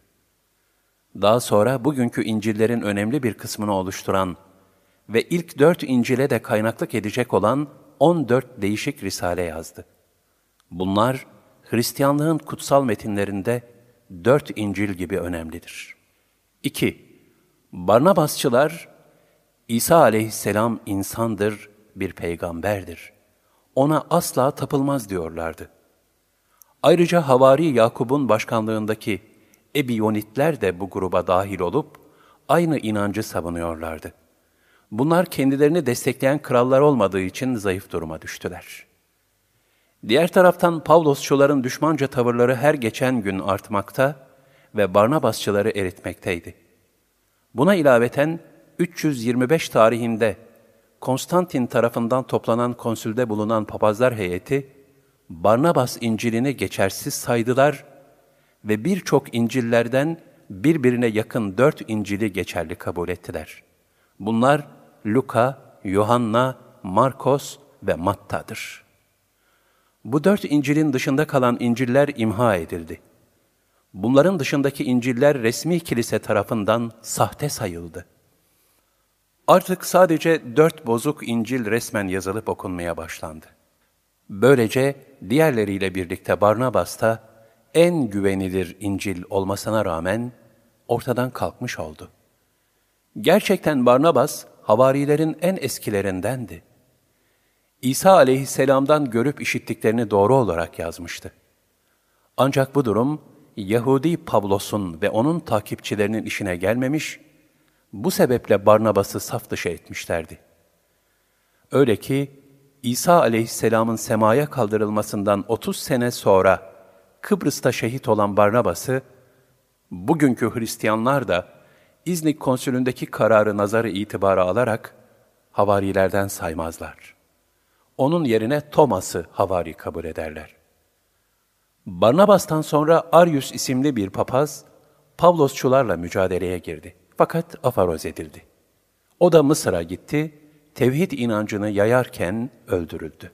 Daha sonra bugünkü İncil'lerin önemli bir kısmını oluşturan ve ilk 4 İncil'e de kaynaklık edecek olan 14 değişik risale yazdı. Bunlar Hristiyanlığın kutsal metinlerinde 4 İncil gibi önemlidir. 2. Barnabasçılar, İsa aleyhisselam insandır, bir peygamberdir. Ona asla tapılmaz diyorlardı. Ayrıca Havari Yakub'un başkanlığındaki Ebiyonitler de bu gruba dahil olup aynı inancı savunuyorlardı. Bunlar kendilerini destekleyen krallar olmadığı için zayıf duruma düştüler. Diğer taraftan Pavlosçuların düşmanca tavırları her geçen gün artmakta ve Barnabasçıları eritmekteydi. Buna ilaveten 325 tarihinde Konstantin tarafından toplanan konsülde bulunan papazlar heyeti, Barnabas İncil'ini geçersiz saydılar ve birçok İncil'lerden birbirine yakın 4 İncil'i geçerli kabul ettiler. Bunlar Luka, Yuhanna, Markos ve Matta'dır. Bu 4 İncil'in dışında kalan İncil'ler imha edildi. Bunların dışındaki İncil'ler resmi kilise tarafından sahte sayıldı. Artık sadece 4 bozuk İncil resmen yazılıp okunmaya başlandı. Böylece diğerleriyle birlikte Barnabas da en güvenilir İncil olmasına rağmen ortadan kalkmış oldu. Gerçekten Barnabas, havarilerin en eskilerindendi. İsa aleyhisselamdan görüp işittiklerini doğru olarak yazmıştı. Ancak bu durum, Yahudi Pavlos'un ve onun takipçilerinin işine gelmemiş, bu sebeple Barnabas'ı saf dışı etmişlerdi. Öyle ki, İsa aleyhisselamın semaya kaldırılmasından 30 sene sonra Kıbrıs'ta şehit olan Barnabas'ı, bugünkü Hristiyanlar da İznik konsülündeki kararı nazarı itibara alarak havarilerden saymazlar. Onun yerine Thomas'ı havari kabul ederler. Barnabas'tan sonra Arius isimli bir papaz, Pavlosçularla mücadeleye girdi. Fakat afaroz edildi. O da Mısır'a gitti, tevhid inancını yayarken öldürüldü.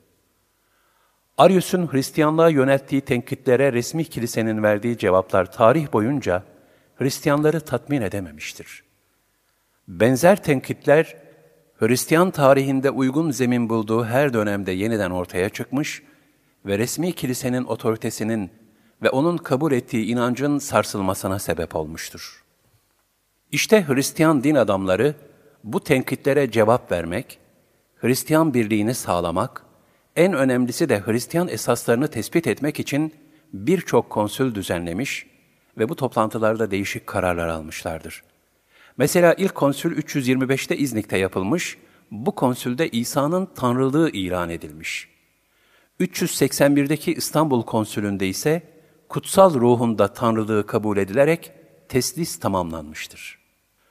Arius'un Hristiyanlığa yönelttiği tenkitlere resmi kilisenin verdiği cevaplar tarih boyunca Hristiyanları tatmin edememiştir. Benzer tenkitler, Hristiyan tarihinde uygun zemin bulduğu her dönemde yeniden ortaya çıkmış ve resmi kilisenin otoritesinin ve onun kabul ettiği inancın sarsılmasına sebep olmuştur. İşte Hristiyan din adamları bu tenkitlere cevap vermek, Hristiyan birliğini sağlamak, en önemlisi de Hristiyan esaslarını tespit etmek için birçok konsül düzenlemiş ve bu toplantılarda değişik kararlar almışlardır. Mesela ilk konsül 325'te İznik'te yapılmış, bu konsülde İsa'nın tanrılığı ilan edilmiş. 381'deki İstanbul konsülünde ise kutsal ruhunda tanrılığı kabul edilerek teslis tamamlanmıştır.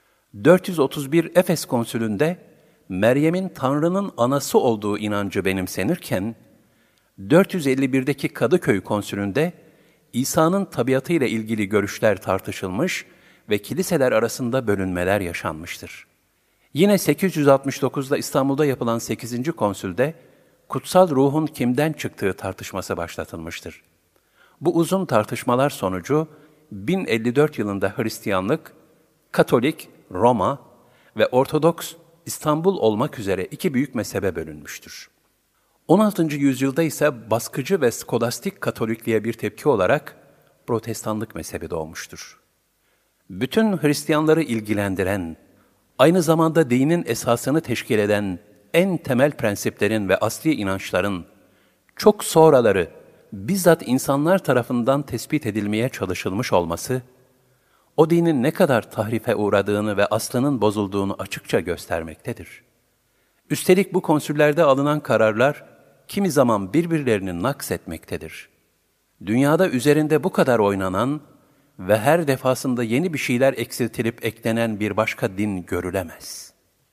431 Efes konsülünde Meryem'in Tanrı'nın anası olduğu inancı benimsenirken, 451'deki Kadıköy konsülünde İsa'nın tabiatıyla ilgili görüşler tartışılmış ve kiliseler arasında bölünmeler yaşanmıştır. Yine 869'da İstanbul'da yapılan 8. konsülde kutsal ruhun kimden çıktığı tartışması başlatılmıştır. Bu uzun tartışmalar sonucu 1054 yılında Hristiyanlık, Katolik, Roma ve Ortodoks, İstanbul olmak üzere iki büyük mezhebe bölünmüştür. 16. yüzyılda ise baskıcı ve skolastik Katolikliğe bir tepki olarak Protestanlık mezhebi doğmuştur. Bütün Hristiyanları ilgilendiren, aynı zamanda dinin esasını teşkil eden en temel prensiplerin ve asli inançların çok sonraları bizzat insanlar tarafından tespit edilmeye çalışılmış olması, o dinin ne kadar tahrife uğradığını ve aslının bozulduğunu açıkça göstermektedir. Üstelik bu konsüllerde alınan kararlar, kimi zaman birbirlerini naksetmektedir. Dünyada üzerinde bu kadar oynanan ve her defasında yeni bir şeyler eksiltilip eklenen bir başka din görülemez.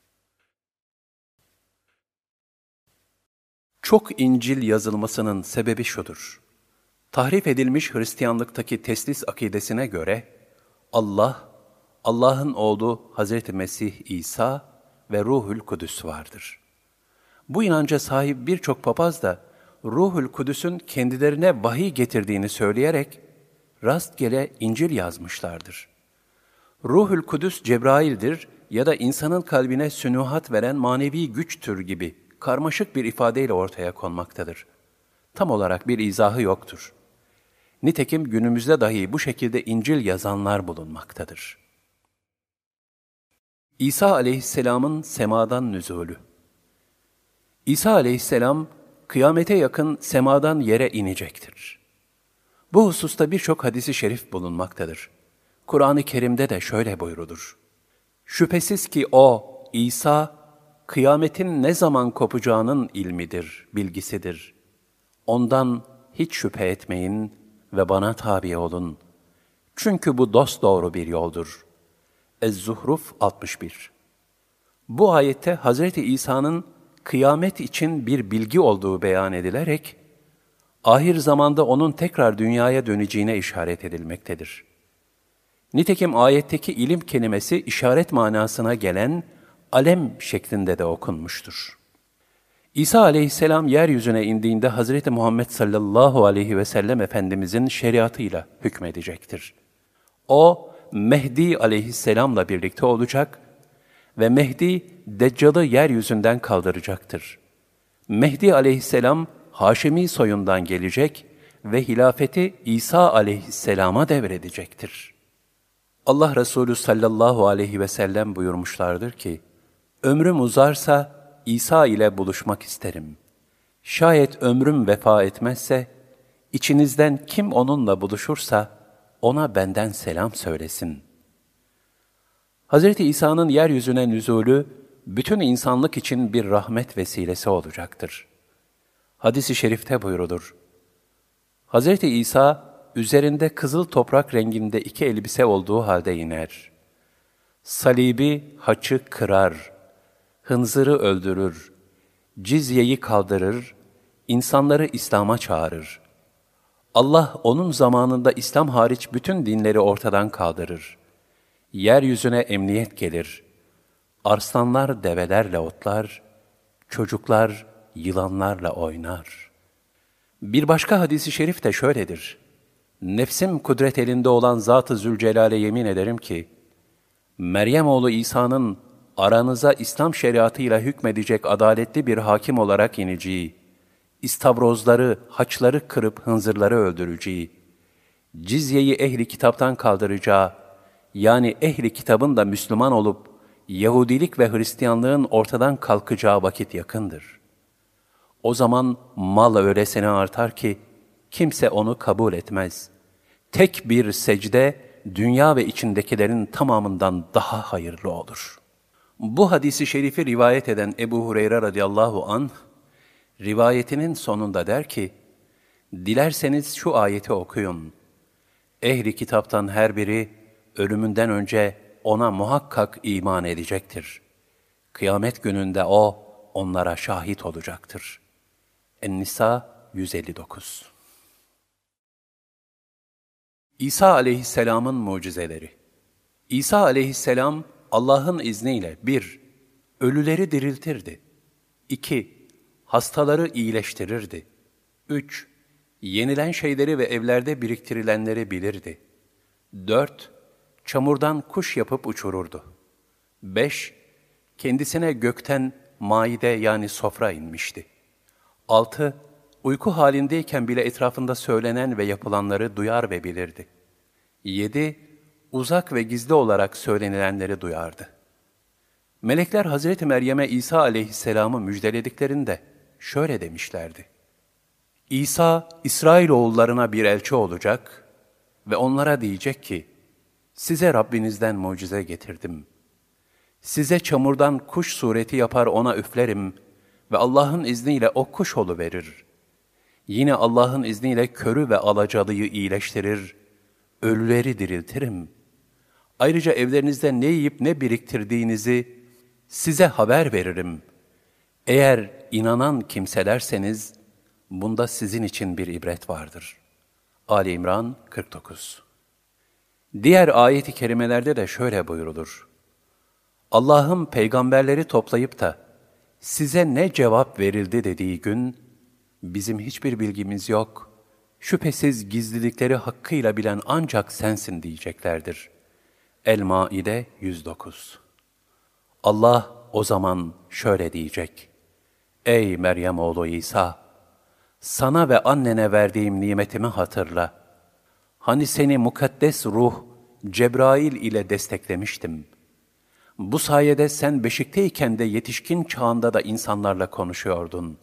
Çok İncil yazılmasının sebebi şudur. Tahrif edilmiş Hristiyanlıktaki teslis akidesine göre Allah, Allah'ın oğlu Hazreti Mesih İsa ve Ruhul Kudüs vardır. Bu inanca sahip birçok papaz da Ruhul Kudüs'ün kendilerine vahiy getirdiğini söyleyerek rastgele İncil yazmışlardır. Ruhul Kudüs Cebrail'dir ya da insanın kalbine sünuhat veren manevi güçtür gibi karmaşık bir ifadeyle ortaya konmaktadır. Tam olarak bir izahı yoktur. Nitekim günümüzde dahi bu şekilde İncil yazanlar bulunmaktadır. İsa aleyhisselamın semadan nüzulü. İsa aleyhisselam kıyamete yakın semadan yere inecektir. Bu hususta birçok hadis-i şerif bulunmaktadır. Kur'an-ı Kerim'de de şöyle buyrulur. Şüphesiz ki o, İsa, kıyametin ne zaman kopacağının ilmidir, bilgisidir. Ondan hiç şüphe etmeyin ve bana tabi olun. Çünkü bu dosdoğru bir yoldur. Ez-Zuhruf 61. Bu ayette Hazreti İsa'nın kıyamet için bir bilgi olduğu beyan edilerek, ahir zamanda onun tekrar dünyaya döneceğine işaret edilmektedir. Nitekim ayetteki ilim kelimesi işaret manasına gelen alem şeklinde de okunmuştur. İsa aleyhisselam yeryüzüne indiğinde Hazreti Muhammed sallallahu aleyhi ve sellem Efendimizin şeriatıyla hükmedecektir. O, Mehdi aleyhisselamla birlikte olacak ve Mehdi, Deccal'ı yeryüzünden kaldıracaktır. Mehdi aleyhisselam, Haşimi soyundan gelecek ve hilafeti İsa aleyhisselama devredecektir. Allah Resulü sallallahu aleyhi ve sellem buyurmuşlardır ki, ömrüm uzarsa İsa ile buluşmak isterim. Şayet ömrüm vefa etmezse, içinizden kim onunla buluşursa, ona benden selam söylesin. Hz. İsa'nın yeryüzüne nüzulü, bütün insanlık için bir rahmet vesilesi olacaktır. Hadis-i şerifte buyrulur. Hz. İsa, üzerinde kızıl toprak renginde iki elbise olduğu halde iner. Salibi, haçı kırar, hınzırı öldürür, cizyeyi kaldırır, insanları İslam'a çağırır. Allah onun zamanında İslam hariç bütün dinleri ortadan kaldırır. Yeryüzüne emniyet gelir. Arslanlar develerle otlar, çocuklar yılanlarla oynar. Bir başka hadis-i şerif de şöyledir. Nefsim kudret elinde olan Zat-ı Zülcelal'e yemin ederim ki, Meryem oğlu İsa'nın aranıza İslam şeriatıyla hükmedecek adaletli bir hakim olarak ineceği, istavrozları, haçları kırıp hınzırları öldüreceği, cizyeyi ehli kitaptan kaldıracağı, yani ehli kitabın da Müslüman olup, Yahudilik ve Hristiyanlığın ortadan kalkacağı vakit yakındır. O zaman mal öylesine artar ki, kimse onu kabul etmez. Tek bir secde, dünya ve içindekilerin tamamından daha hayırlı olur. Bu hadisi şerifi rivayet eden Ebu Hureyre radıyallahu anh, rivayetinin sonunda der ki, dilerseniz şu ayeti okuyun. Ehli kitaptan her biri, ölümünden önce ona muhakkak iman edecektir. Kıyamet gününde o, onlara şahit olacaktır. En-Nisa 159. İsa aleyhisselamın mucizeleri. İsa aleyhisselam Allah'ın izniyle 1. Ölüleri diriltirdi. 2. Hastaları iyileştirirdi. 3. Yenilen şeyleri ve evlerde biriktirilenleri bilirdi. 4. Çamurdan kuş yapıp uçururdu. 5. Kendisine gökten maide yani sofra inmişti. 6. Uyku halindeyken bile etrafında söylenen ve yapılanları duyar ve bilirdi. 7. Uzak ve gizli olarak söylenilenleri duyardı. Melekler Hazreti Meryem'e İsa aleyhisselamı müjdelediklerinde şöyle demişlerdi. İsa, İsrailoğullarına bir elçi olacak ve onlara diyecek ki, size Rabbinizden mucize getirdim. Size çamurdan kuş sureti yapar ona üflerim ve Allah'ın izniyle o kuş oluverir. Yine Allah'ın izniyle körü ve alacalıyı iyileştirir, ölüleri diriltirim. Ayrıca evlerinizde ne yiyip ne biriktirdiğinizi size haber veririm. Eğer inanan kimselerseniz, bunda sizin için bir ibret vardır. Ali İmran 49. Diğer ayet-i kerimelerde de şöyle buyrulur. Allah'ın peygamberleri toplayıp da size ne cevap verildi dediği gün, bizim hiçbir bilgimiz yok, şüphesiz gizlilikleri hakkıyla bilen ancak sensin diyeceklerdir. El-Maide 109. Allah o zaman şöyle diyecek. Ey Meryem oğlu İsa! Sana ve annene verdiğim nimetimi hatırla. Hani seni mukaddes ruh, Cebrail ile desteklemiştim. Bu sayede sen beşikteyken de yetişkin çağında da insanlarla konuşuyordun.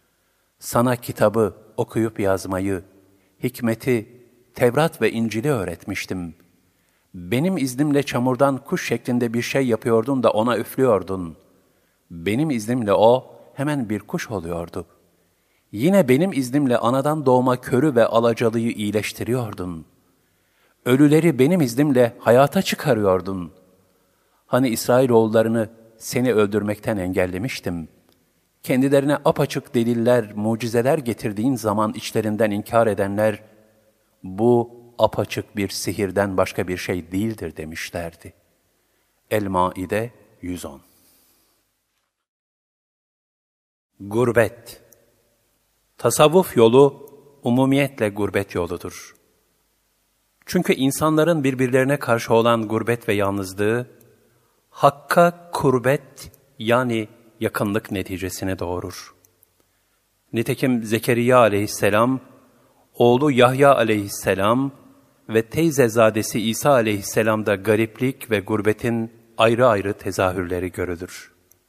Sana kitabı, okuyup yazmayı, hikmeti, Tevrat ve İncil'i öğretmiştim. Benim iznimle çamurdan kuş şeklinde bir şey yapıyordun da ona üflüyordun. Benim iznimle o hemen bir kuş oluyordu. Yine benim iznimle anadan doğma körü ve alacalıyı iyileştiriyordun. Ölüleri benim iznimle hayata çıkarıyordun. Hani İsrailoğullarını seni öldürmekten engellemiştim. Kendilerine apaçık deliller, mucizeler getirdiğin zaman içlerinden inkar edenler, bu apaçık bir sihirden başka bir şey değildir demişlerdi. El-Maide 110. Gurbet. Tasavvuf yolu, umumiyetle gurbet yoludur. Çünkü insanların birbirlerine karşı olan gurbet ve yalnızlığı, Hakk'a kurbet yani yakınlık neticesini doğurur. Nitekim Zekeriya aleyhisselam, oğlu Yahya aleyhisselam ve teyzezadesi İsa aleyhisselamda gariplik ve gurbetin ayrı ayrı tezahürleri görülür.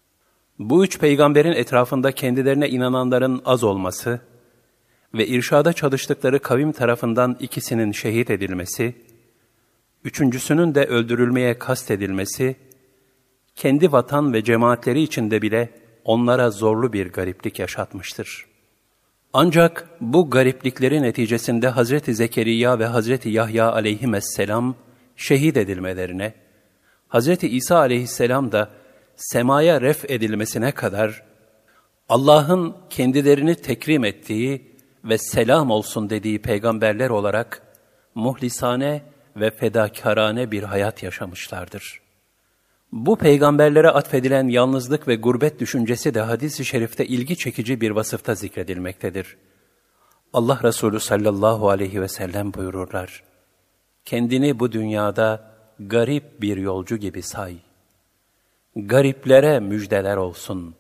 Bu üç peygamberin etrafında kendilerine inananların az olması ve irşada çalıştıkları kavim tarafından ikisinin şehit edilmesi, üçüncüsünün de öldürülmeye kastedilmesi, kendi vatan ve cemaatleri içinde bile onlara zorlu bir gariplik yaşatmıştır. Ancak bu garipliklerin neticesinde Hazreti Zekeriya ve Hazreti Yahya aleyhisselam şehit edilmelerine, Hazreti İsa aleyhisselam da semaya ref edilmesine kadar Allah'ın kendilerini tekrim ettiği ve selam olsun dediği peygamberler olarak muhlisane ve fedakârane bir hayat yaşamışlardır. Bu peygamberlere atfedilen yalnızlık ve gurbet düşüncesi de hadis-i şerifte ilgi çekici bir vasıfta zikredilmektedir. Allah Resulü sallallahu aleyhi ve sellem buyururlar. Kendini bu dünyada garip bir yolcu gibi say. Gariplere müjdeler olsun.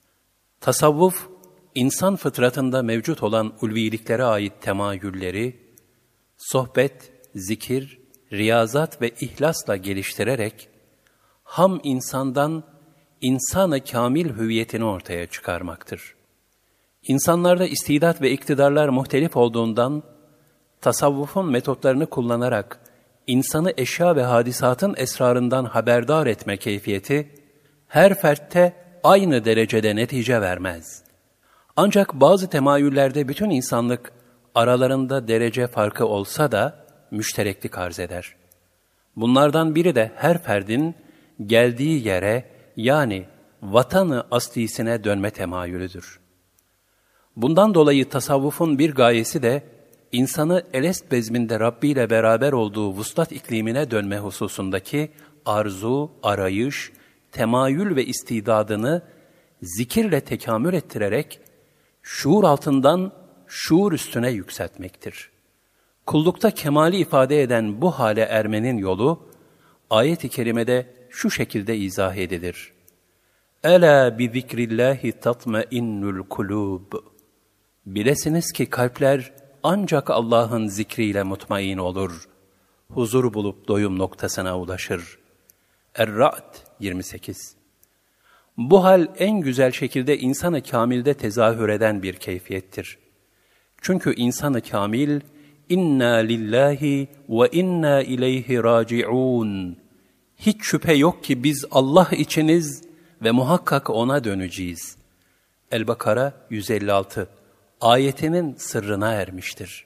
Tasavvuf, insan fıtratında mevcut olan ulviliklere ait temayülleri, sohbet, zikir, riyazat ve ihlasla geliştirerek, ham insandan insan-ı kamil hüviyetini ortaya çıkarmaktır. İnsanlarda istidat ve iktidarlar muhtelif olduğundan, tasavvufun metotlarını kullanarak insanı eşya ve hadisatın esrarından haberdar etme keyfiyeti, her fertte aynı derecede netice vermez. Ancak bazı temayüllerde bütün insanlık aralarında derece farkı olsa da müştereklik arz eder. Bunlardan biri de her ferdin geldiği yere yani vatanı aslisine dönme temayülüdür. Bundan dolayı tasavvufun bir gayesi de insanı elest bezminde Rabbi ile beraber olduğu vuslat iklimine dönme hususundaki arzu, arayış, temayül ve istidadını zikirle tekamül ettirerek şuur altından şuur üstüne yükseltmektir. Kullukta kemali ifade eden bu hale ermenin yolu, ayet-i kerimede şu şekilde izah edilir. Ela bi zikrillahi tatmainnul kulub. Bilesiniz ki kalpler ancak Allah'ın zikriyle mutmain olur. Huzur bulup doyum noktasına ulaşır. Er-Ra'd 28. Bu hal en güzel şekilde insan-ı kamilde tezahür eden bir keyfiyettir. Çünkü insan-ı kamil, inna lillahi ve inna ileyhi raciun. Hiç şüphe yok ki biz Allah içiniz ve muhakkak ona döneceğiz. El-Bakara 156 ayetinin sırrına ermiştir.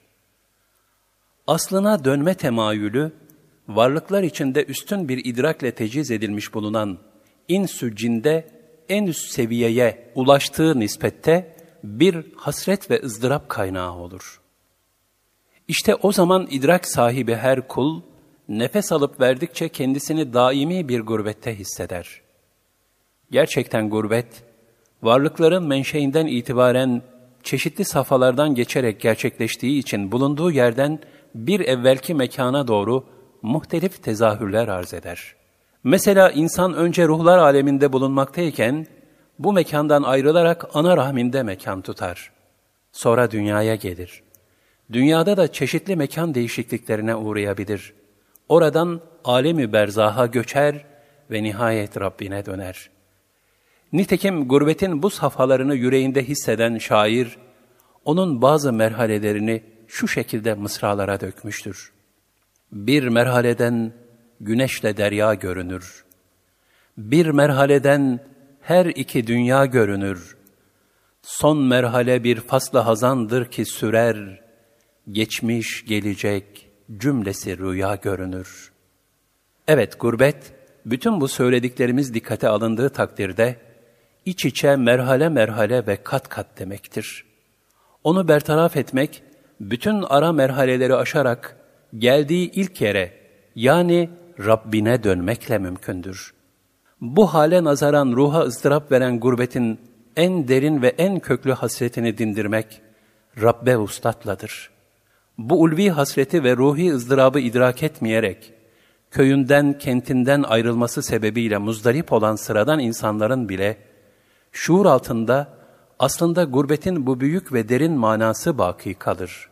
Aslına dönme temayülü, varlıklar içinde üstün bir idrakle teciz edilmiş bulunan insü cinde en üst seviyeye ulaştığı nispette bir hasret ve ızdırap kaynağı olur. İşte o zaman idrak sahibi her kul, nefes alıp verdikçe kendisini daimi bir gurbette hisseder. Gerçekten gurbet, varlıkların menşeinden itibaren çeşitli safhalardan geçerek gerçekleştiği için bulunduğu yerden bir evvelki mekana doğru muhtelif tezahürler arz eder. Mesela insan önce ruhlar aleminde bulunmaktayken, bu mekandan ayrılarak ana rahminde mekan tutar. Sonra dünyaya gelir. Dünyada da çeşitli mekan değişikliklerine uğrayabilir. Oradan alemi berzaha göçer ve nihayet Rabbine döner. Nitekim gurbetin bu safhalarını yüreğinde hisseden şair, onun bazı merhalelerini şu şekilde mısralara dökmüştür. Bir merhaleden güneşle derya görünür. Bir merhaleden her iki dünya görünür. Son merhale bir fasl-ı hazandır ki sürer, geçmiş, gelecek, cümlesi rüya görünür. Evet, gurbet, bütün bu söylediklerimiz dikkate alındığı takdirde, iç içe merhale merhale ve kat kat demektir. Onu bertaraf etmek, bütün ara merhaleleri aşarak, geldiği ilk yere, yani Rabbine dönmekle mümkündür. Bu hale nazaran ruha ızdırap veren gurbetin en derin ve en köklü hasretini dindirmek, Rabbe vuslatladır. Bu ulvi hasreti ve ruhi ızdırabı idrak etmeyerek, köyünden, kentinden ayrılması sebebiyle muzdarip olan sıradan insanların bile, şuur altında aslında gurbetin bu büyük ve derin manası baki kalır.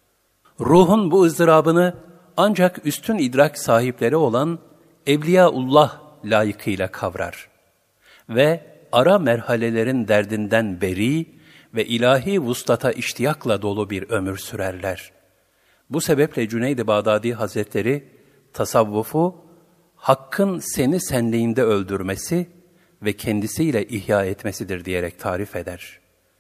Ruhun bu ızdırabını ancak üstün idrak sahipleri olan Evliyaullah layıkıyla kavrar ve ara merhalelerin derdinden beri ve ilahi vuslata iştiyakla dolu bir ömür sürerler. Bu sebeple Cüneyd-i Bağdadi Hazretleri, tasavvufu, Hakk'ın seni senliğinde öldürmesi ve kendisiyle ihya etmesidir diyerek tarif eder.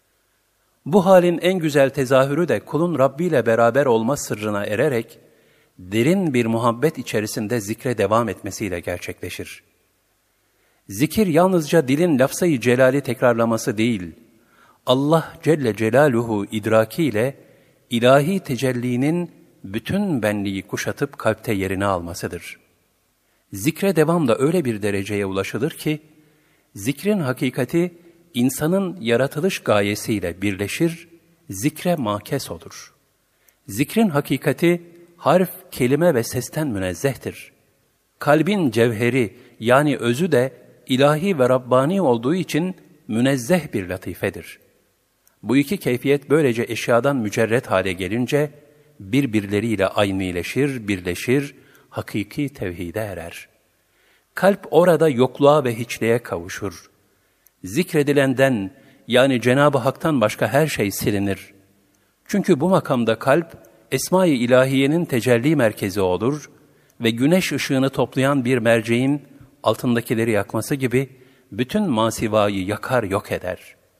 Bu halin en güzel tezahürü de kulun Rabbi ile beraber olma sırrına ererek, derin bir muhabbet içerisinde zikre devam etmesiyle gerçekleşir. Zikir yalnızca dilin lafzayı celali tekrarlaması değil, Allah Celle Celaluhu idrakiyle ilahi tecellinin bütün benliği kuşatıp kalpte yerini almasıdır. Zikre devam da öyle bir dereceye ulaşılır ki, zikrin hakikati insanın yaratılış gayesiyle birleşir, zikre makes olur. Zikrin hakikati harf, kelime ve sesten münezzehtir. Kalbin cevheri yani özü de ilahi ve Rabbani olduğu için münezzeh bir latifedir. Bu iki keyfiyet böylece eşyadan mücerret hale gelince birbirleriyle aynileşir, birleşir, hakiki tevhide erer. Kalp orada yokluğa ve hiçliğe kavuşur. Zikredilenden yani Cenab-ı Hak'tan başka her şey silinir. Çünkü bu makamda kalp Esma-i İlahiye'nin tecelli merkezi olur ve güneş ışığını toplayan bir merceğin altındakileri yakması gibi bütün masivayı yakar yok eder.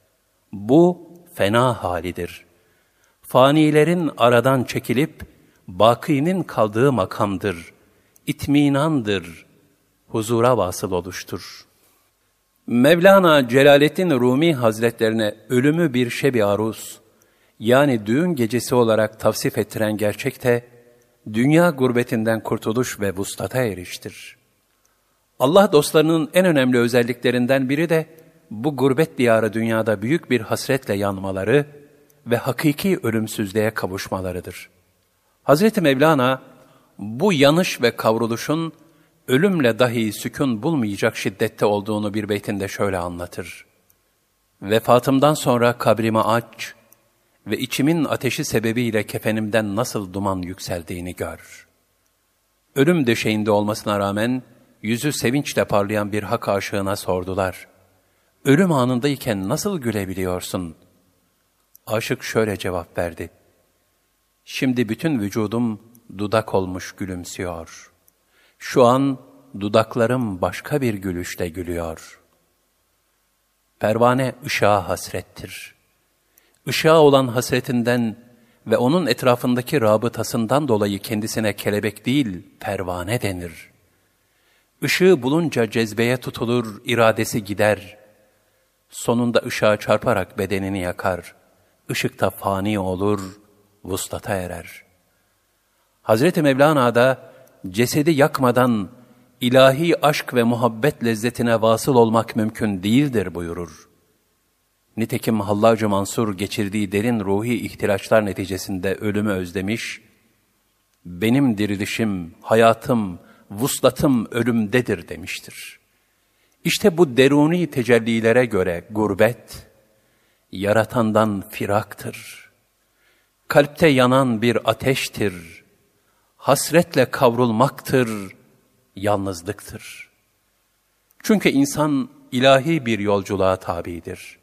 Bu fena halidir. Fanilerin aradan çekilip bakinin kaldığı makamdır, itminandır, huzura vasıl oluştur. Mevlana Celaleddin Rumi Hazretlerine ölümü bir şebi aruz, yani düğün gecesi olarak tavsif ettiren gerçek de, dünya gurbetinden kurtuluş ve vuslata eriştir. Allah dostlarının en önemli özelliklerinden biri de, bu gurbet diyarı dünyada büyük bir hasretle yanmaları ve hakiki ölümsüzlüğe kavuşmalarıdır. Hazreti Mevlana, bu yanış ve kavruluşun, ölümle dahi sükun bulmayacak şiddette olduğunu bir beytinde şöyle anlatır. Vefatımdan sonra kabrimi aç ve içimin ateşi sebebiyle kefenimden nasıl duman yükseldiğini gör. Ölüm döşeğinde olmasına rağmen, yüzü sevinçle parlayan bir hak aşığına sordular. Ölüm anındayken nasıl gülebiliyorsun? Aşık şöyle cevap verdi. Şimdi bütün vücudum dudak olmuş gülümsüyor. Şu an dudaklarım başka bir gülüşle gülüyor. Pervane ışığa hasrettir. Işığa olan hasretinden ve onun etrafındaki rabıtasından dolayı kendisine kelebek değil, pervane denir. Işığı bulunca cezbeye tutulur, iradesi gider. Sonunda ışığa çarparak bedenini yakar. Işıkta fani olur, vuslata erer. Hazreti Mevlana da cesedi yakmadan ilahi aşk ve muhabbet lezzetine vasıl olmak mümkün değildir buyurur. Nitekim Hallacı Mansur geçirdiği derin ruhi ihtiyaçlar neticesinde ölümü özlemiş, benim dirilişim, hayatım, vuslatım ölümdedir demiştir. İşte bu deruni tecellilere göre gurbet, yaratandan firaktır. Kalpte yanan bir ateştir. Hasretle kavrulmaktır, yalnızlıktır. Çünkü insan ilahi bir yolculuğa tabidir.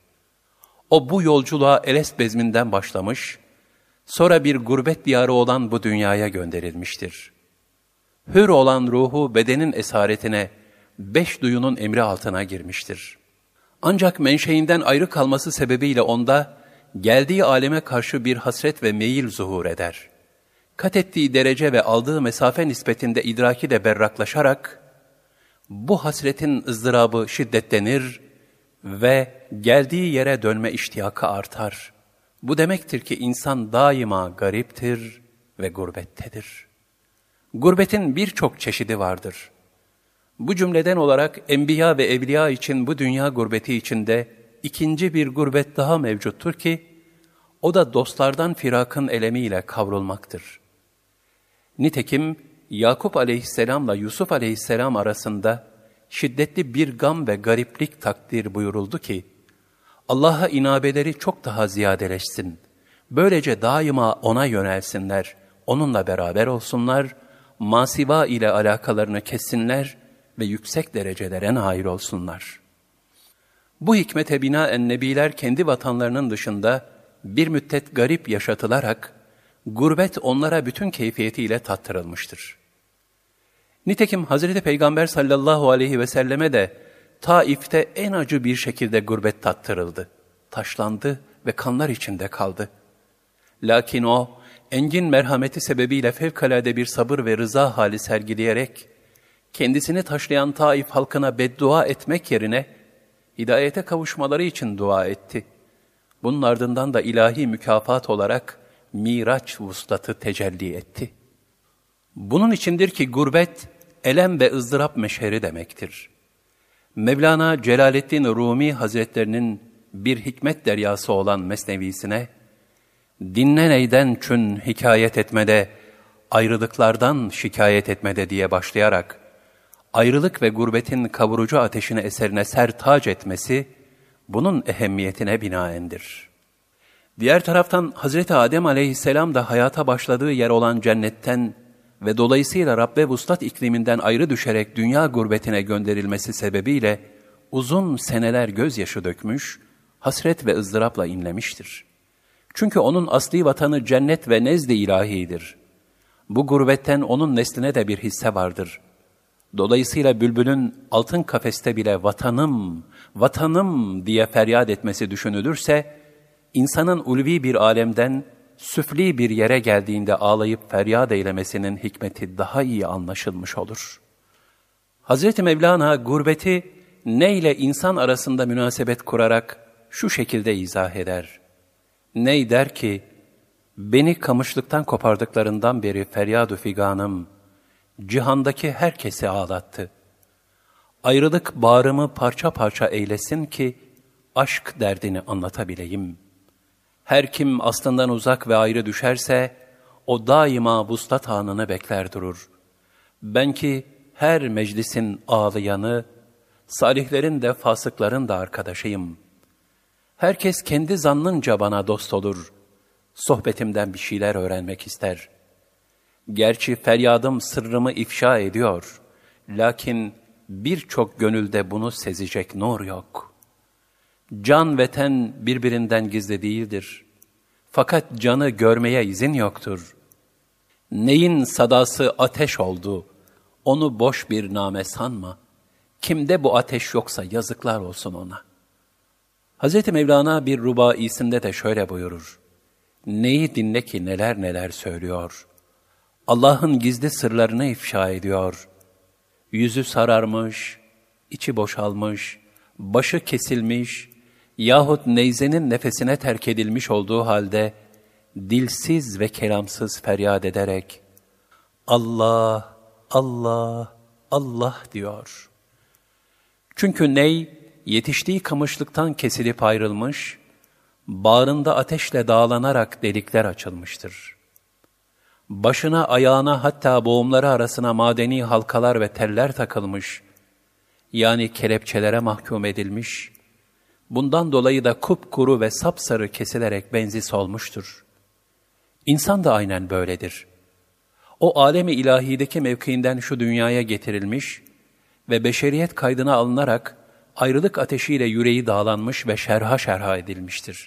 O bu yolculuğa Elest bezminden başlamış, sonra bir gurbet diyarı olan bu dünyaya gönderilmiştir. Hür olan ruhu bedenin esaretine, 5 duyunun emri altına girmiştir. Ancak menşeinden ayrı kalması sebebiyle onda, geldiği aleme karşı bir hasret ve meyil zuhur eder. Kat ettiği derece ve aldığı mesafe nispetinde idraki de berraklaşarak, bu hasretin ızdırabı şiddetlenir ve geldiği yere dönme iştiyakı artar. Bu demektir ki insan daima gariptir ve gurbettedir. Gurbetin birçok çeşidi vardır. Bu cümleden olarak enbiya ve evliya için bu dünya gurbeti içinde ikinci bir gurbet daha mevcuttur ki, o da dostlardan firakın elemiyle kavrulmaktır. Nitekim Yakup aleyhisselamla Yusuf aleyhisselam arasında şiddetli bir gam ve gariplik takdir buyuruldu ki, Allah'a inabeleri çok daha ziyadeleşsin. Böylece daima ona yönelsinler, onunla beraber olsunlar, masiva ile alakalarını kessinler ve yüksek derecelere nail olsunlar. Bu hikmete binaen nebiler kendi vatanlarının dışında bir müddet garip yaşatılarak, gurbet onlara bütün keyfiyetiyle tattırılmıştır. Nitekim Hazreti Peygamber sallallahu aleyhi ve selleme de Taif'te en acı bir şekilde gurbet tattırıldı. Taşlandı ve kanlar içinde kaldı. Lakin o, engin merhameti sebebiyle fevkalade bir sabır ve rıza hali sergileyerek, kendisini taşlayan Taif halkına beddua etmek yerine, hidayete kavuşmaları için dua etti. Bunun ardından da ilahi mükafat olarak Miraç vuslatı tecelli etti. Bunun içindir ki gurbet, elem ve ızdırap meşheri demektir. Mevlana Celaleddin Rumi Hazretlerinin bir hikmet deryası olan Mesnevisine, dinle neyden çün hikayet etmede, ayrılıklardan şikayet etmede diye başlayarak, ayrılık ve gurbetin kavurucu ateşini eserine sertac etmesi, bunun ehemmiyetine binaendir. Diğer taraftan Hazreti Adem aleyhisselam da hayata başladığı yer olan cennetten ve dolayısıyla Rabbe vuslat ikliminden ayrı düşerek dünya gurbetine gönderilmesi sebebiyle uzun seneler gözyaşı dökmüş, hasret ve ızdırapla inlemiştir. Çünkü onun asli vatanı cennet ve nezd-i ilahidir. Bu gurbetten onun nesline de bir hisse vardır. Dolayısıyla bülbülün altın kafeste bile vatanım, vatanım diye feryat etmesi düşünülürse, insanın ulvi bir alemden süfli bir yere geldiğinde ağlayıp feryat eylemesinin hikmeti daha iyi anlaşılmış olur. Hazreti Mevlana gurbeti ne ile insan arasında münasebet kurarak şu şekilde izah eder. Ney der ki, beni kamışlıktan kopardıklarından beri feryad-ı figanım, cihandaki herkesi ağlattı. Ayrılık bağrımı parça parça eylesin ki, aşk derdini anlatabileyim. Her kim aslından uzak ve ayrı düşerse, o daima vuslat anını bekler durur. Ben ki her meclisin ağlayanı, salihlerin de fasıkların da arkadaşıyım. Herkes kendi zannınca bana dost olur. Sohbetimden bir şeyler öğrenmek ister. Gerçi feryadım sırrımı ifşa ediyor. Lakin birçok gönülde bunu sezecek nur yok. Can ve ten birbirinden gizli değildir. Fakat canı görmeye izin yoktur. Neyin sadası ateş oldu, onu boş bir name sanma. Kimde bu ateş yoksa yazıklar olsun ona. Hz. Mevlana bir rubaisinde de şöyle buyurur. Neyi dinle ki neler neler söylüyor. Allah'ın gizli sırlarını ifşa ediyor. Yüzü sararmış, içi boşalmış, başı kesilmiş yahut neyzenin nefesine terk edilmiş olduğu halde dilsiz ve kelamsız feryat ederek Allah, Allah, Allah diyor. Çünkü ney yetiştiği kamışlıktan kesilip ayrılmış, bağrında ateşle dağlanarak delikler açılmıştır. Başına, ayağına hatta boğumları arasına madeni halkalar ve teller takılmış, yani kelepçelere mahkum edilmiş, bundan dolayı da kupkuru ve sapsarı kesilerek benzi solmuştur. İnsan da aynen böyledir. O alem-i ilahideki mevkiinden şu dünyaya getirilmiş ve beşeriyet kaydına alınarak ayrılık ateşiyle yüreği dağlanmış ve şerha şerha edilmiştir.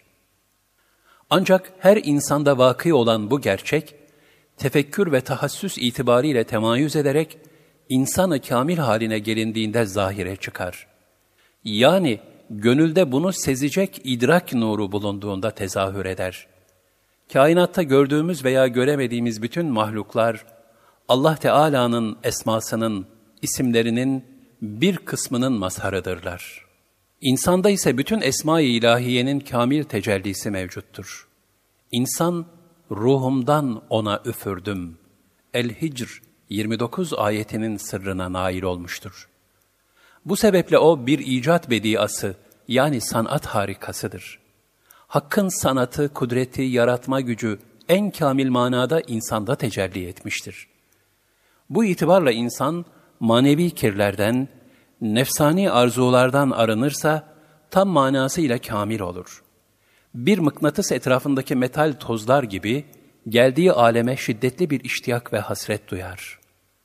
Ancak her insanda vakı olan bu gerçek, tefekkür ve tahassüs itibariyle temayüz ederek insan-ı kamil haline gelindiğinde zahire çıkar. Yani gönülde bunu sezecek idrak nuru bulunduğunda tezahür eder. Kainatta gördüğümüz veya göremediğimiz bütün mahluklar, Allah Teala'nın esmasının, isimlerinin bir kısmının mazharıdırlar. İnsanda ise bütün esma-i ilahiyenin kamil tecellisi mevcuttur. İnsan, ruhumdan ona üfürdüm. El-Hicr 29 ayetinin sırrına nail olmuştur. Bu sebeple o bir icat bediası, yani sanat harikasıdır. Hakkın sanatı, kudreti, yaratma gücü en kamil manada insanda tecelli etmiştir. Bu itibarla insan, manevi kirlerden, nefsani arzulardan arınırsa, tam manasıyla kamil olur. Bir mıknatıs etrafındaki metal tozlar gibi, geldiği aleme şiddetli bir iştiyak ve hasret duyar.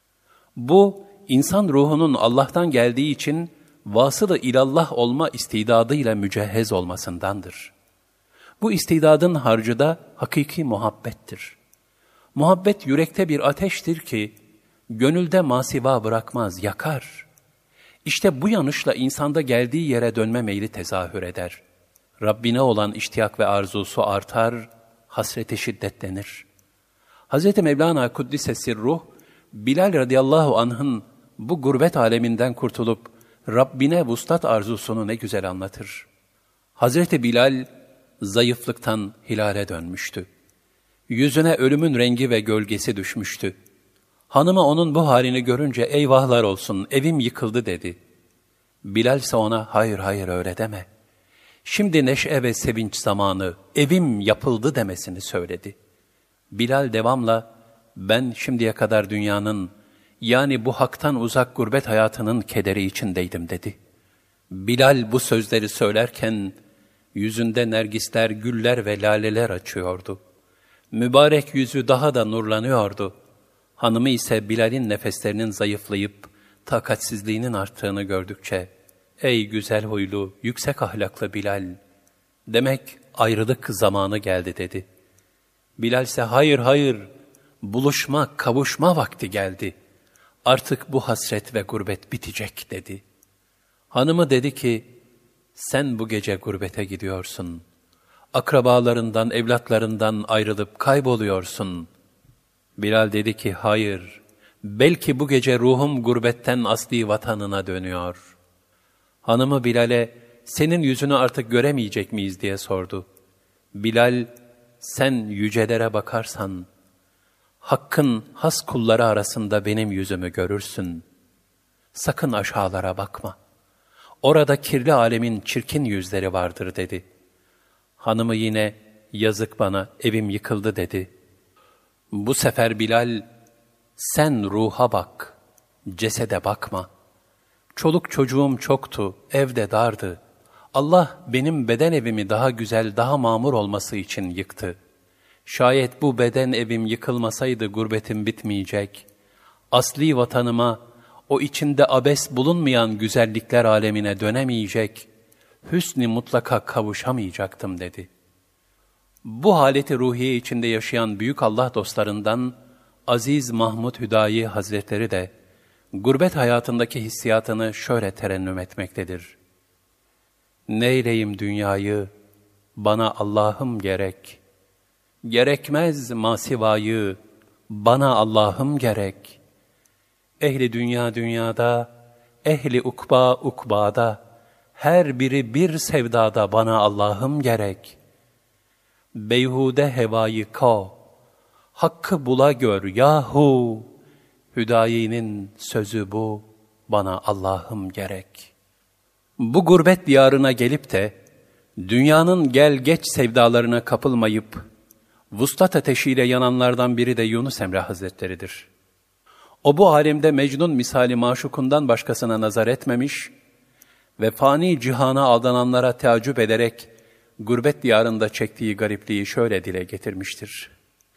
Bu, insan ruhunun Allah'tan geldiği için, vasılı ilallah olma istidadıyla mücehhez olmasındandır. Bu istidadın harcı da hakiki muhabbettir. Muhabbet yürekte bir ateştir ki, gönülde masiva bırakmaz, yakar. İşte bu yanışla insanda geldiği yere dönme meyli tezahür eder. Rabbine olan iştiyak ve arzusu artar, hasreti şiddetlenir. Hz. Mevlana Kuddise Sirruh, Bilal radıyallahu anh'ın bu gurbet aleminden kurtulup Rabbine vuslat arzusunu ne güzel anlatır. Hz. Bilal zayıflıktan hilale dönmüştü. Yüzüne ölümün rengi ve gölgesi düşmüştü. Hanımı onun bu halini görünce eyvahlar olsun evim yıkıldı dedi. Bilal ise ona hayır hayır öyle deme. Şimdi neşe ve sevinç zamanı evim yapıldı demesini söyledi. Bilal devamla ben şimdiye kadar dünyanın yani bu haktan uzak gurbet hayatının kederi içindeydim dedi. Bilal bu sözleri söylerken yüzünde nergisler, güller ve laleler açıyordu. Mübarek yüzü daha da nurlanıyordu. Hanımı ise Bilal'in nefeslerinin zayıflayıp takatsizliğinin arttığını gördükçe, ''Ey güzel huylu, yüksek ahlaklı Bilal, demek ayrılık zamanı geldi.'' dedi. Bilal ise ''Hayır, hayır, buluşma, kavuşma vakti geldi. Artık bu hasret ve gurbet bitecek.'' dedi. Hanımı dedi ki, ''Sen bu gece gurbete gidiyorsun. Akrabalarından, evlatlarından ayrılıp kayboluyorsun.'' Bilal dedi ki, ''Hayır, belki bu gece ruhum gurbetten asli vatanına dönüyor.'' Hanımı Bilal'e, ''Senin yüzünü artık göremeyecek miyiz?'' diye sordu. Bilal, sen yücelere bakarsan, Hakk'ın has kulları arasında benim yüzümü görürsün. Sakın aşağılara bakma. Orada kirli alemin çirkin yüzleri vardır dedi. Hanımı yine, yazık bana, evim yıkıldı dedi. Bu sefer Bilal, sen ruha bak, cesede bakma. Çoluk çocuğum çoktu, evde dardı. Allah benim beden evimi daha güzel, daha mamur olması için yıktı. Şayet bu beden evim yıkılmasaydı gurbetim bitmeyecek. Asli vatanıma, o içinde abes bulunmayan güzellikler alemine dönemeyecek, hüsn-i mutlaka kavuşamayacaktım dedi. Bu haleti ruhiye içinde yaşayan büyük Allah dostlarından Aziz Mahmud Hüdayi Hazretleri de gurbet hayatındaki hissiyatını şöyle terennüm etmektedir. Neyleyim dünyayı, bana Allah'ım gerek. Gerekmez masivayı, bana Allah'ım gerek. Ehli dünya dünyada, ehli ukba ukbada, her biri bir sevdada bana Allah'ım gerek. Beyhude hevayı ko, hakkı bula gör yahu, Hüdayi'nin sözü bu, bana Allah'ım gerek. Bu gurbet diyarına gelip de, dünyanın gel geç sevdalarına kapılmayıp, vuslat ateşiyle yananlardan biri de Yunus Emre Hazretleri'dir. O bu alemde Mecnun misali maşukundan başkasına nazar etmemiş ve fani cihana aldananlara teaccüp ederek, gurbet diyarında çektiği garipliği şöyle dile getirmiştir.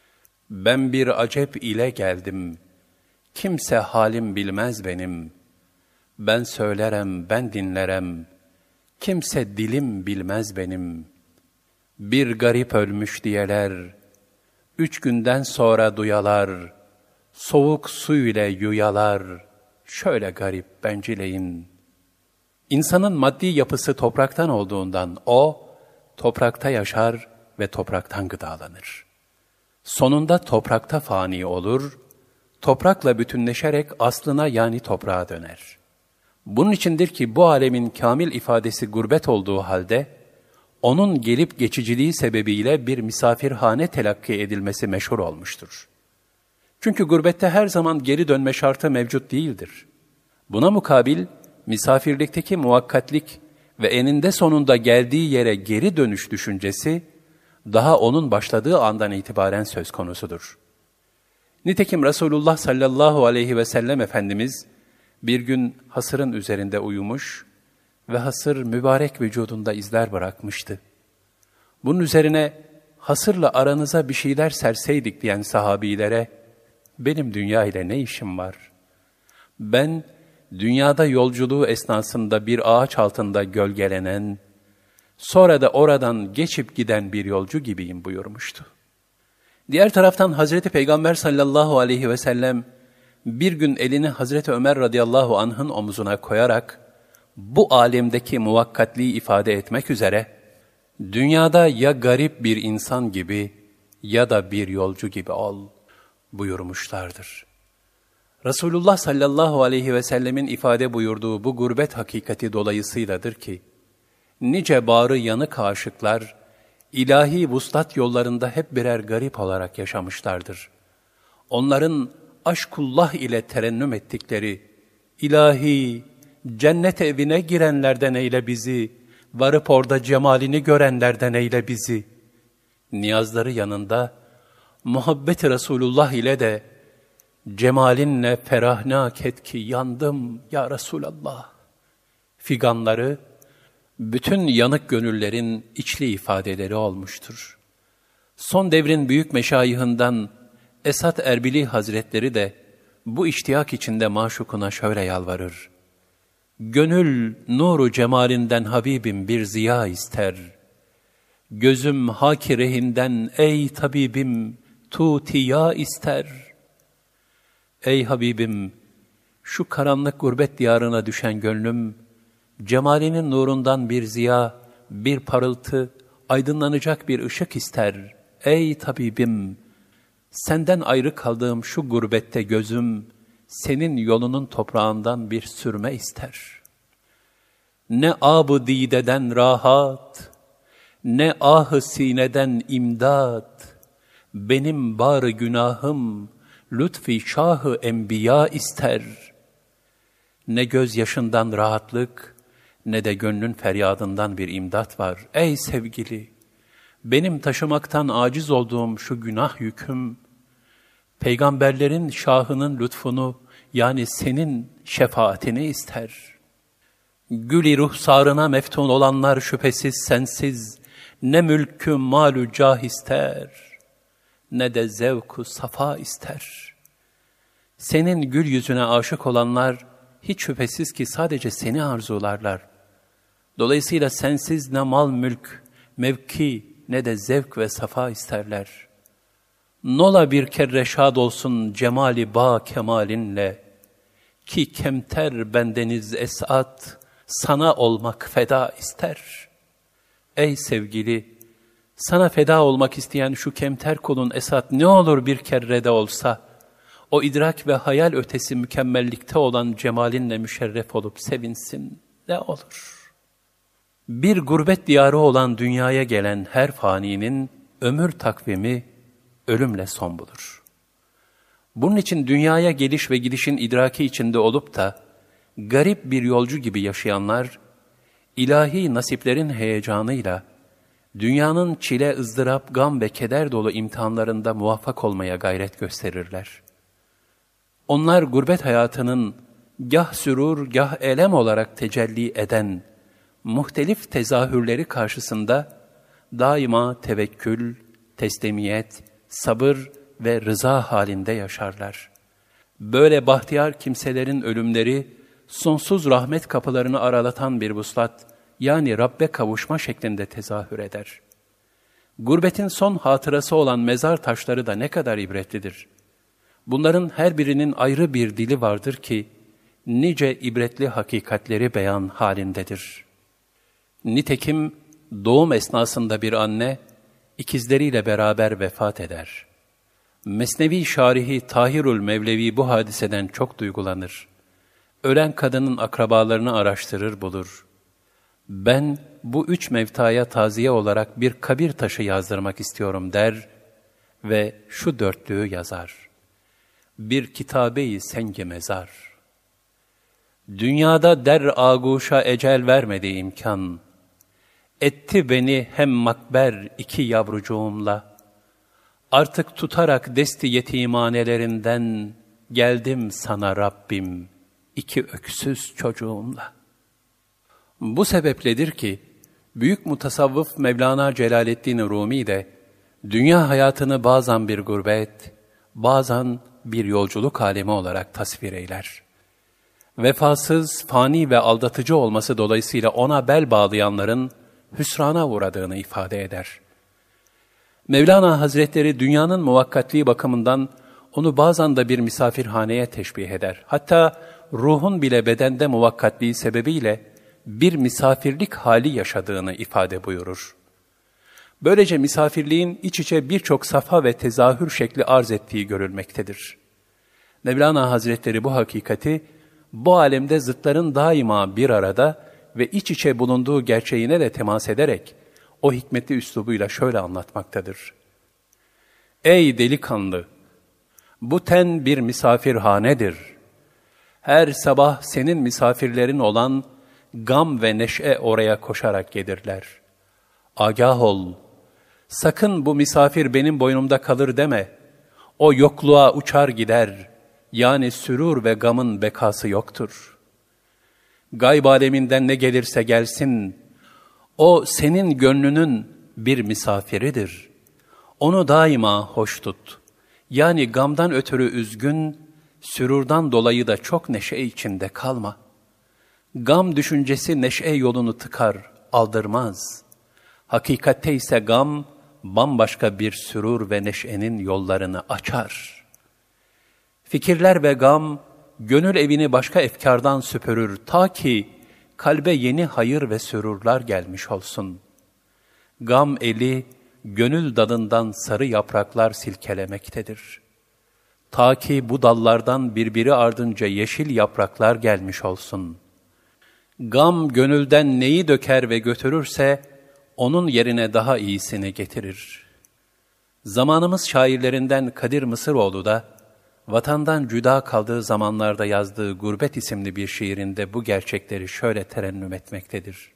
Ben bir acep ile geldim, kimse halim bilmez benim. Ben söylerem, ben dinlerem, kimse dilim bilmez benim. Bir garip ölmüş diyeler, 3 günden sonra duyalar, soğuk su ile yuyalar, şöyle garip bencileyin. İnsanın maddi yapısı topraktan olduğundan o, toprakta yaşar ve topraktan gıdalanır. Sonunda toprakta fani olur, toprakla bütünleşerek aslına yani toprağa döner. Bunun içindir ki bu alemin kamil ifadesi gurbet olduğu halde, onun gelip geçiciliği sebebiyle bir misafirhane telakki edilmesi meşhur olmuştur. Çünkü gurbette her zaman geri dönme şartı mevcut değildir. Buna mukabil, misafirlikteki muvakkatlik ve eninde sonunda geldiği yere geri dönüş düşüncesi, daha onun başladığı andan itibaren söz konusudur. Nitekim Resulullah sallallahu aleyhi ve sellem Efendimiz, bir gün hasırın üzerinde uyumuş ve hasır mübarek vücudunda izler bırakmıştı. Bunun üzerine hasırla aranıza bir şeyler serseydik diyen sahabilere, benim dünya ile ne işim var? Ben dünyada yolculuğu esnasında bir ağaç altında gölgelenen, sonra da oradan geçip giden bir yolcu gibiyim buyurmuştu. Diğer taraftan Hazreti Peygamber sallallahu aleyhi ve sellem bir gün elini Hazreti Ömer radıyallahu anh'ın omuzuna koyarak bu alemdeki muvakkatliği ifade etmek üzere dünyada ya garip bir insan gibi ya da bir yolcu gibi ol buyurmuşlardır. Resulullah sallallahu aleyhi ve sellemin ifade buyurduğu bu gurbet hakikati dolayısıyladır ki nice bağrı yanık aşıklar ilahi vuslat yollarında hep birer garip olarak yaşamışlardır. Onların aşkullah ile terennüm ettikleri, ilahi, cennet evine girenlerden eyle bizi, varıp orada cemalini görenlerden eyle bizi. Niyazları yanında, muhabbet-i Resulullah ile de, cemalinle ferahnak et ki yandım ya Resulallah. Figanları, bütün yanık gönüllerin içli ifadeleri olmuştur. Son devrin büyük meşayihinden Esat Erbili Hazretleri de bu iştiyak içinde maşukuna şöyle yalvarır. Gönül nuru cemalinden Habibim bir ziya ister. Gözüm haki rehinden ey tabibim tutiya ister. Ey Habibim, şu karanlık gurbet diyarına düşen gönlüm, cemalinin nurundan bir ziya, bir parıltı, aydınlanacak bir ışık ister. Ey tabibim, senden ayrı kaldığım şu gurbette gözüm, senin yolunun toprağından bir sürme ister. Ne ab-ı dideden rahat, Ne ah-ı sineden imdat, benim bar günahım, lütfi şah-ı enbiya ister. Ne gözyaşından rahatlık, ne de gönlün feryadından bir imdat var. Ey sevgili, benim taşımaktan aciz olduğum şu günah yüküm, peygamberlerin şahının lütfunu, yani senin şefaatini ister. Gül-i ruhsarına meftun olanlar şüphesiz sensiz, ne mülkü malü cah ister, ne de zevku safa ister. Senin gül yüzüne aşık olanlar, hiç şüphesiz ki sadece seni arzularlar. Dolayısıyla sensiz ne mal mülk, mevki, ne de zevk ve safa isterler. Nola bir kere şad olsun cemali ba kemalinle, ki kemter bendeniz esat, sana olmak feda ister. Ey sevgili, sana feda olmak isteyen şu kemter kulun esat ne olur bir kere de olsa, o idrak ve hayal ötesi mükemmellikte olan cemalinle müşerref olup sevinsin, ne olur. Bir gurbet diyarı olan dünyaya gelen her faninin ömür takvimi ölümle son bulur. Bunun için dünyaya geliş ve gidişin idraki içinde olup da garip bir yolcu gibi yaşayanlar, ilahi nasiplerin heyecanıyla dünyanın çile, ızdırap, gam ve keder dolu imtihanlarında muvaffak olmaya gayret gösterirler. Onlar gurbet hayatının gah sürur, gah elem olarak tecelli eden muhtelif tezahürleri karşısında daima tevekkül, teslimiyet, sabır ve rıza halinde yaşarlar. Böyle bahtiyar kimselerin ölümleri, sonsuz rahmet kapılarını aralatan bir vuslat, yani Rabbe kavuşma şeklinde tezahür eder. Gurbetin son hatırası olan mezar taşları da ne kadar ibretlidir. Bunların her birinin ayrı bir dili vardır ki, nice ibretli hakikatleri beyan halindedir. Nitekim doğum esnasında bir anne, ikizleriyle beraber vefat eder. Mesnevi Şarihi Tahirül Mevlevi bu hadiseden çok duygulanır. Ölen kadının akrabalarını araştırır bulur. Ben bu 3 mevtaya taziye olarak bir kabir taşı yazdırmak istiyorum der ve şu dörtlüğü yazar. Bir kitabe-i senge mezar. Dünyada der ağuşa ecel vermedi imkan. Etti beni hem makber 2 yavrucuğumla. Artık tutarak desti yetimanelerinden geldim sana Rabbim 2 öksüz çocuğumla. Bu sebepledir ki büyük mutasavvıf Mevlana Celaleddin Rumi de dünya hayatını bazen bir gurbet, bazen bir yolculuk alemi olarak tasvir eyler. Vefasız, fani ve aldatıcı olması dolayısıyla ona bel bağlayanların hüsrana uğradığını ifade eder. Mevlana Hazretleri dünyanın muvakkatliği bakımından onu bazen de bir misafirhaneye teşbih eder. Hatta ruhun bile bedende muvakkatliği sebebiyle bir misafirlik hali yaşadığını ifade buyurur. Böylece misafirliğin iç içe birçok safa ve tezahür şekli arz ettiği görülmektedir. Mevlana Hazretleri bu hakikati, bu alemde zıtların daima bir arada ve iç içe bulunduğu gerçeğine de temas ederek, o hikmetli üslubuyla şöyle anlatmaktadır. Ey delikanlı! Bu ten bir misafirhanedir. Her sabah senin misafirlerin olan gam ve neşe oraya koşarak gelirler. Agah ol! Sakın bu misafir benim boynumda kalır deme. O yokluğa uçar gider. Yani sürur ve gamın bekası yoktur. Gayb aleminden ne gelirse gelsin, o senin gönlünün bir misafiridir. Onu daima hoş tut. Yani gamdan ötürü üzgün, sürurdan dolayı da çok neşe içinde kalma. Gam düşüncesi neşe yolunu tıkar, aldırmaz. Hakikatte ise gam, bambaşka bir sürur ve neşenin yollarını açar. Fikirler ve gam, gönül evini başka efkardan süpürür ta ki kalbe yeni hayır ve sürurlar gelmiş olsun. Gam eli, gönül dalından sarı yapraklar silkelemektedir. Ta ki bu dallardan birbiri ardınca yeşil yapraklar gelmiş olsun. Gam gönülden neyi döker ve götürürse, onun yerine daha iyisini getirir. Zamanımız şairlerinden Kadir Mısıroğlu da, vatandan cüda kaldığı zamanlarda yazdığı Gurbet isimli bir şiirinde bu gerçekleri şöyle terennüm etmektedir.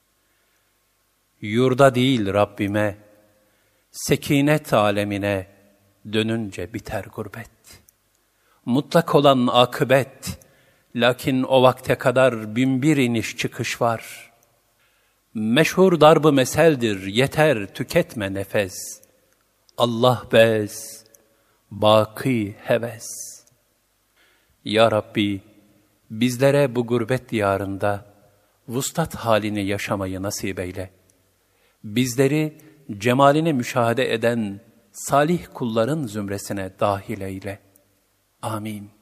Yurda değil Rabbime, sekinet alemine dönünce biter gurbet. Mutlak olan akıbet, lakin o vakte kadar binbir iniş çıkış var. Meşhur darb-ı meseldir, yeter tüketme nefes. Allah bez, baki heves. Ya Rabbi, bizlere bu gurbet diyarında vuslat halini yaşamayı nasip eyle. Bizleri cemalini müşahede eden salih kulların zümresine dahil eyle. Amin.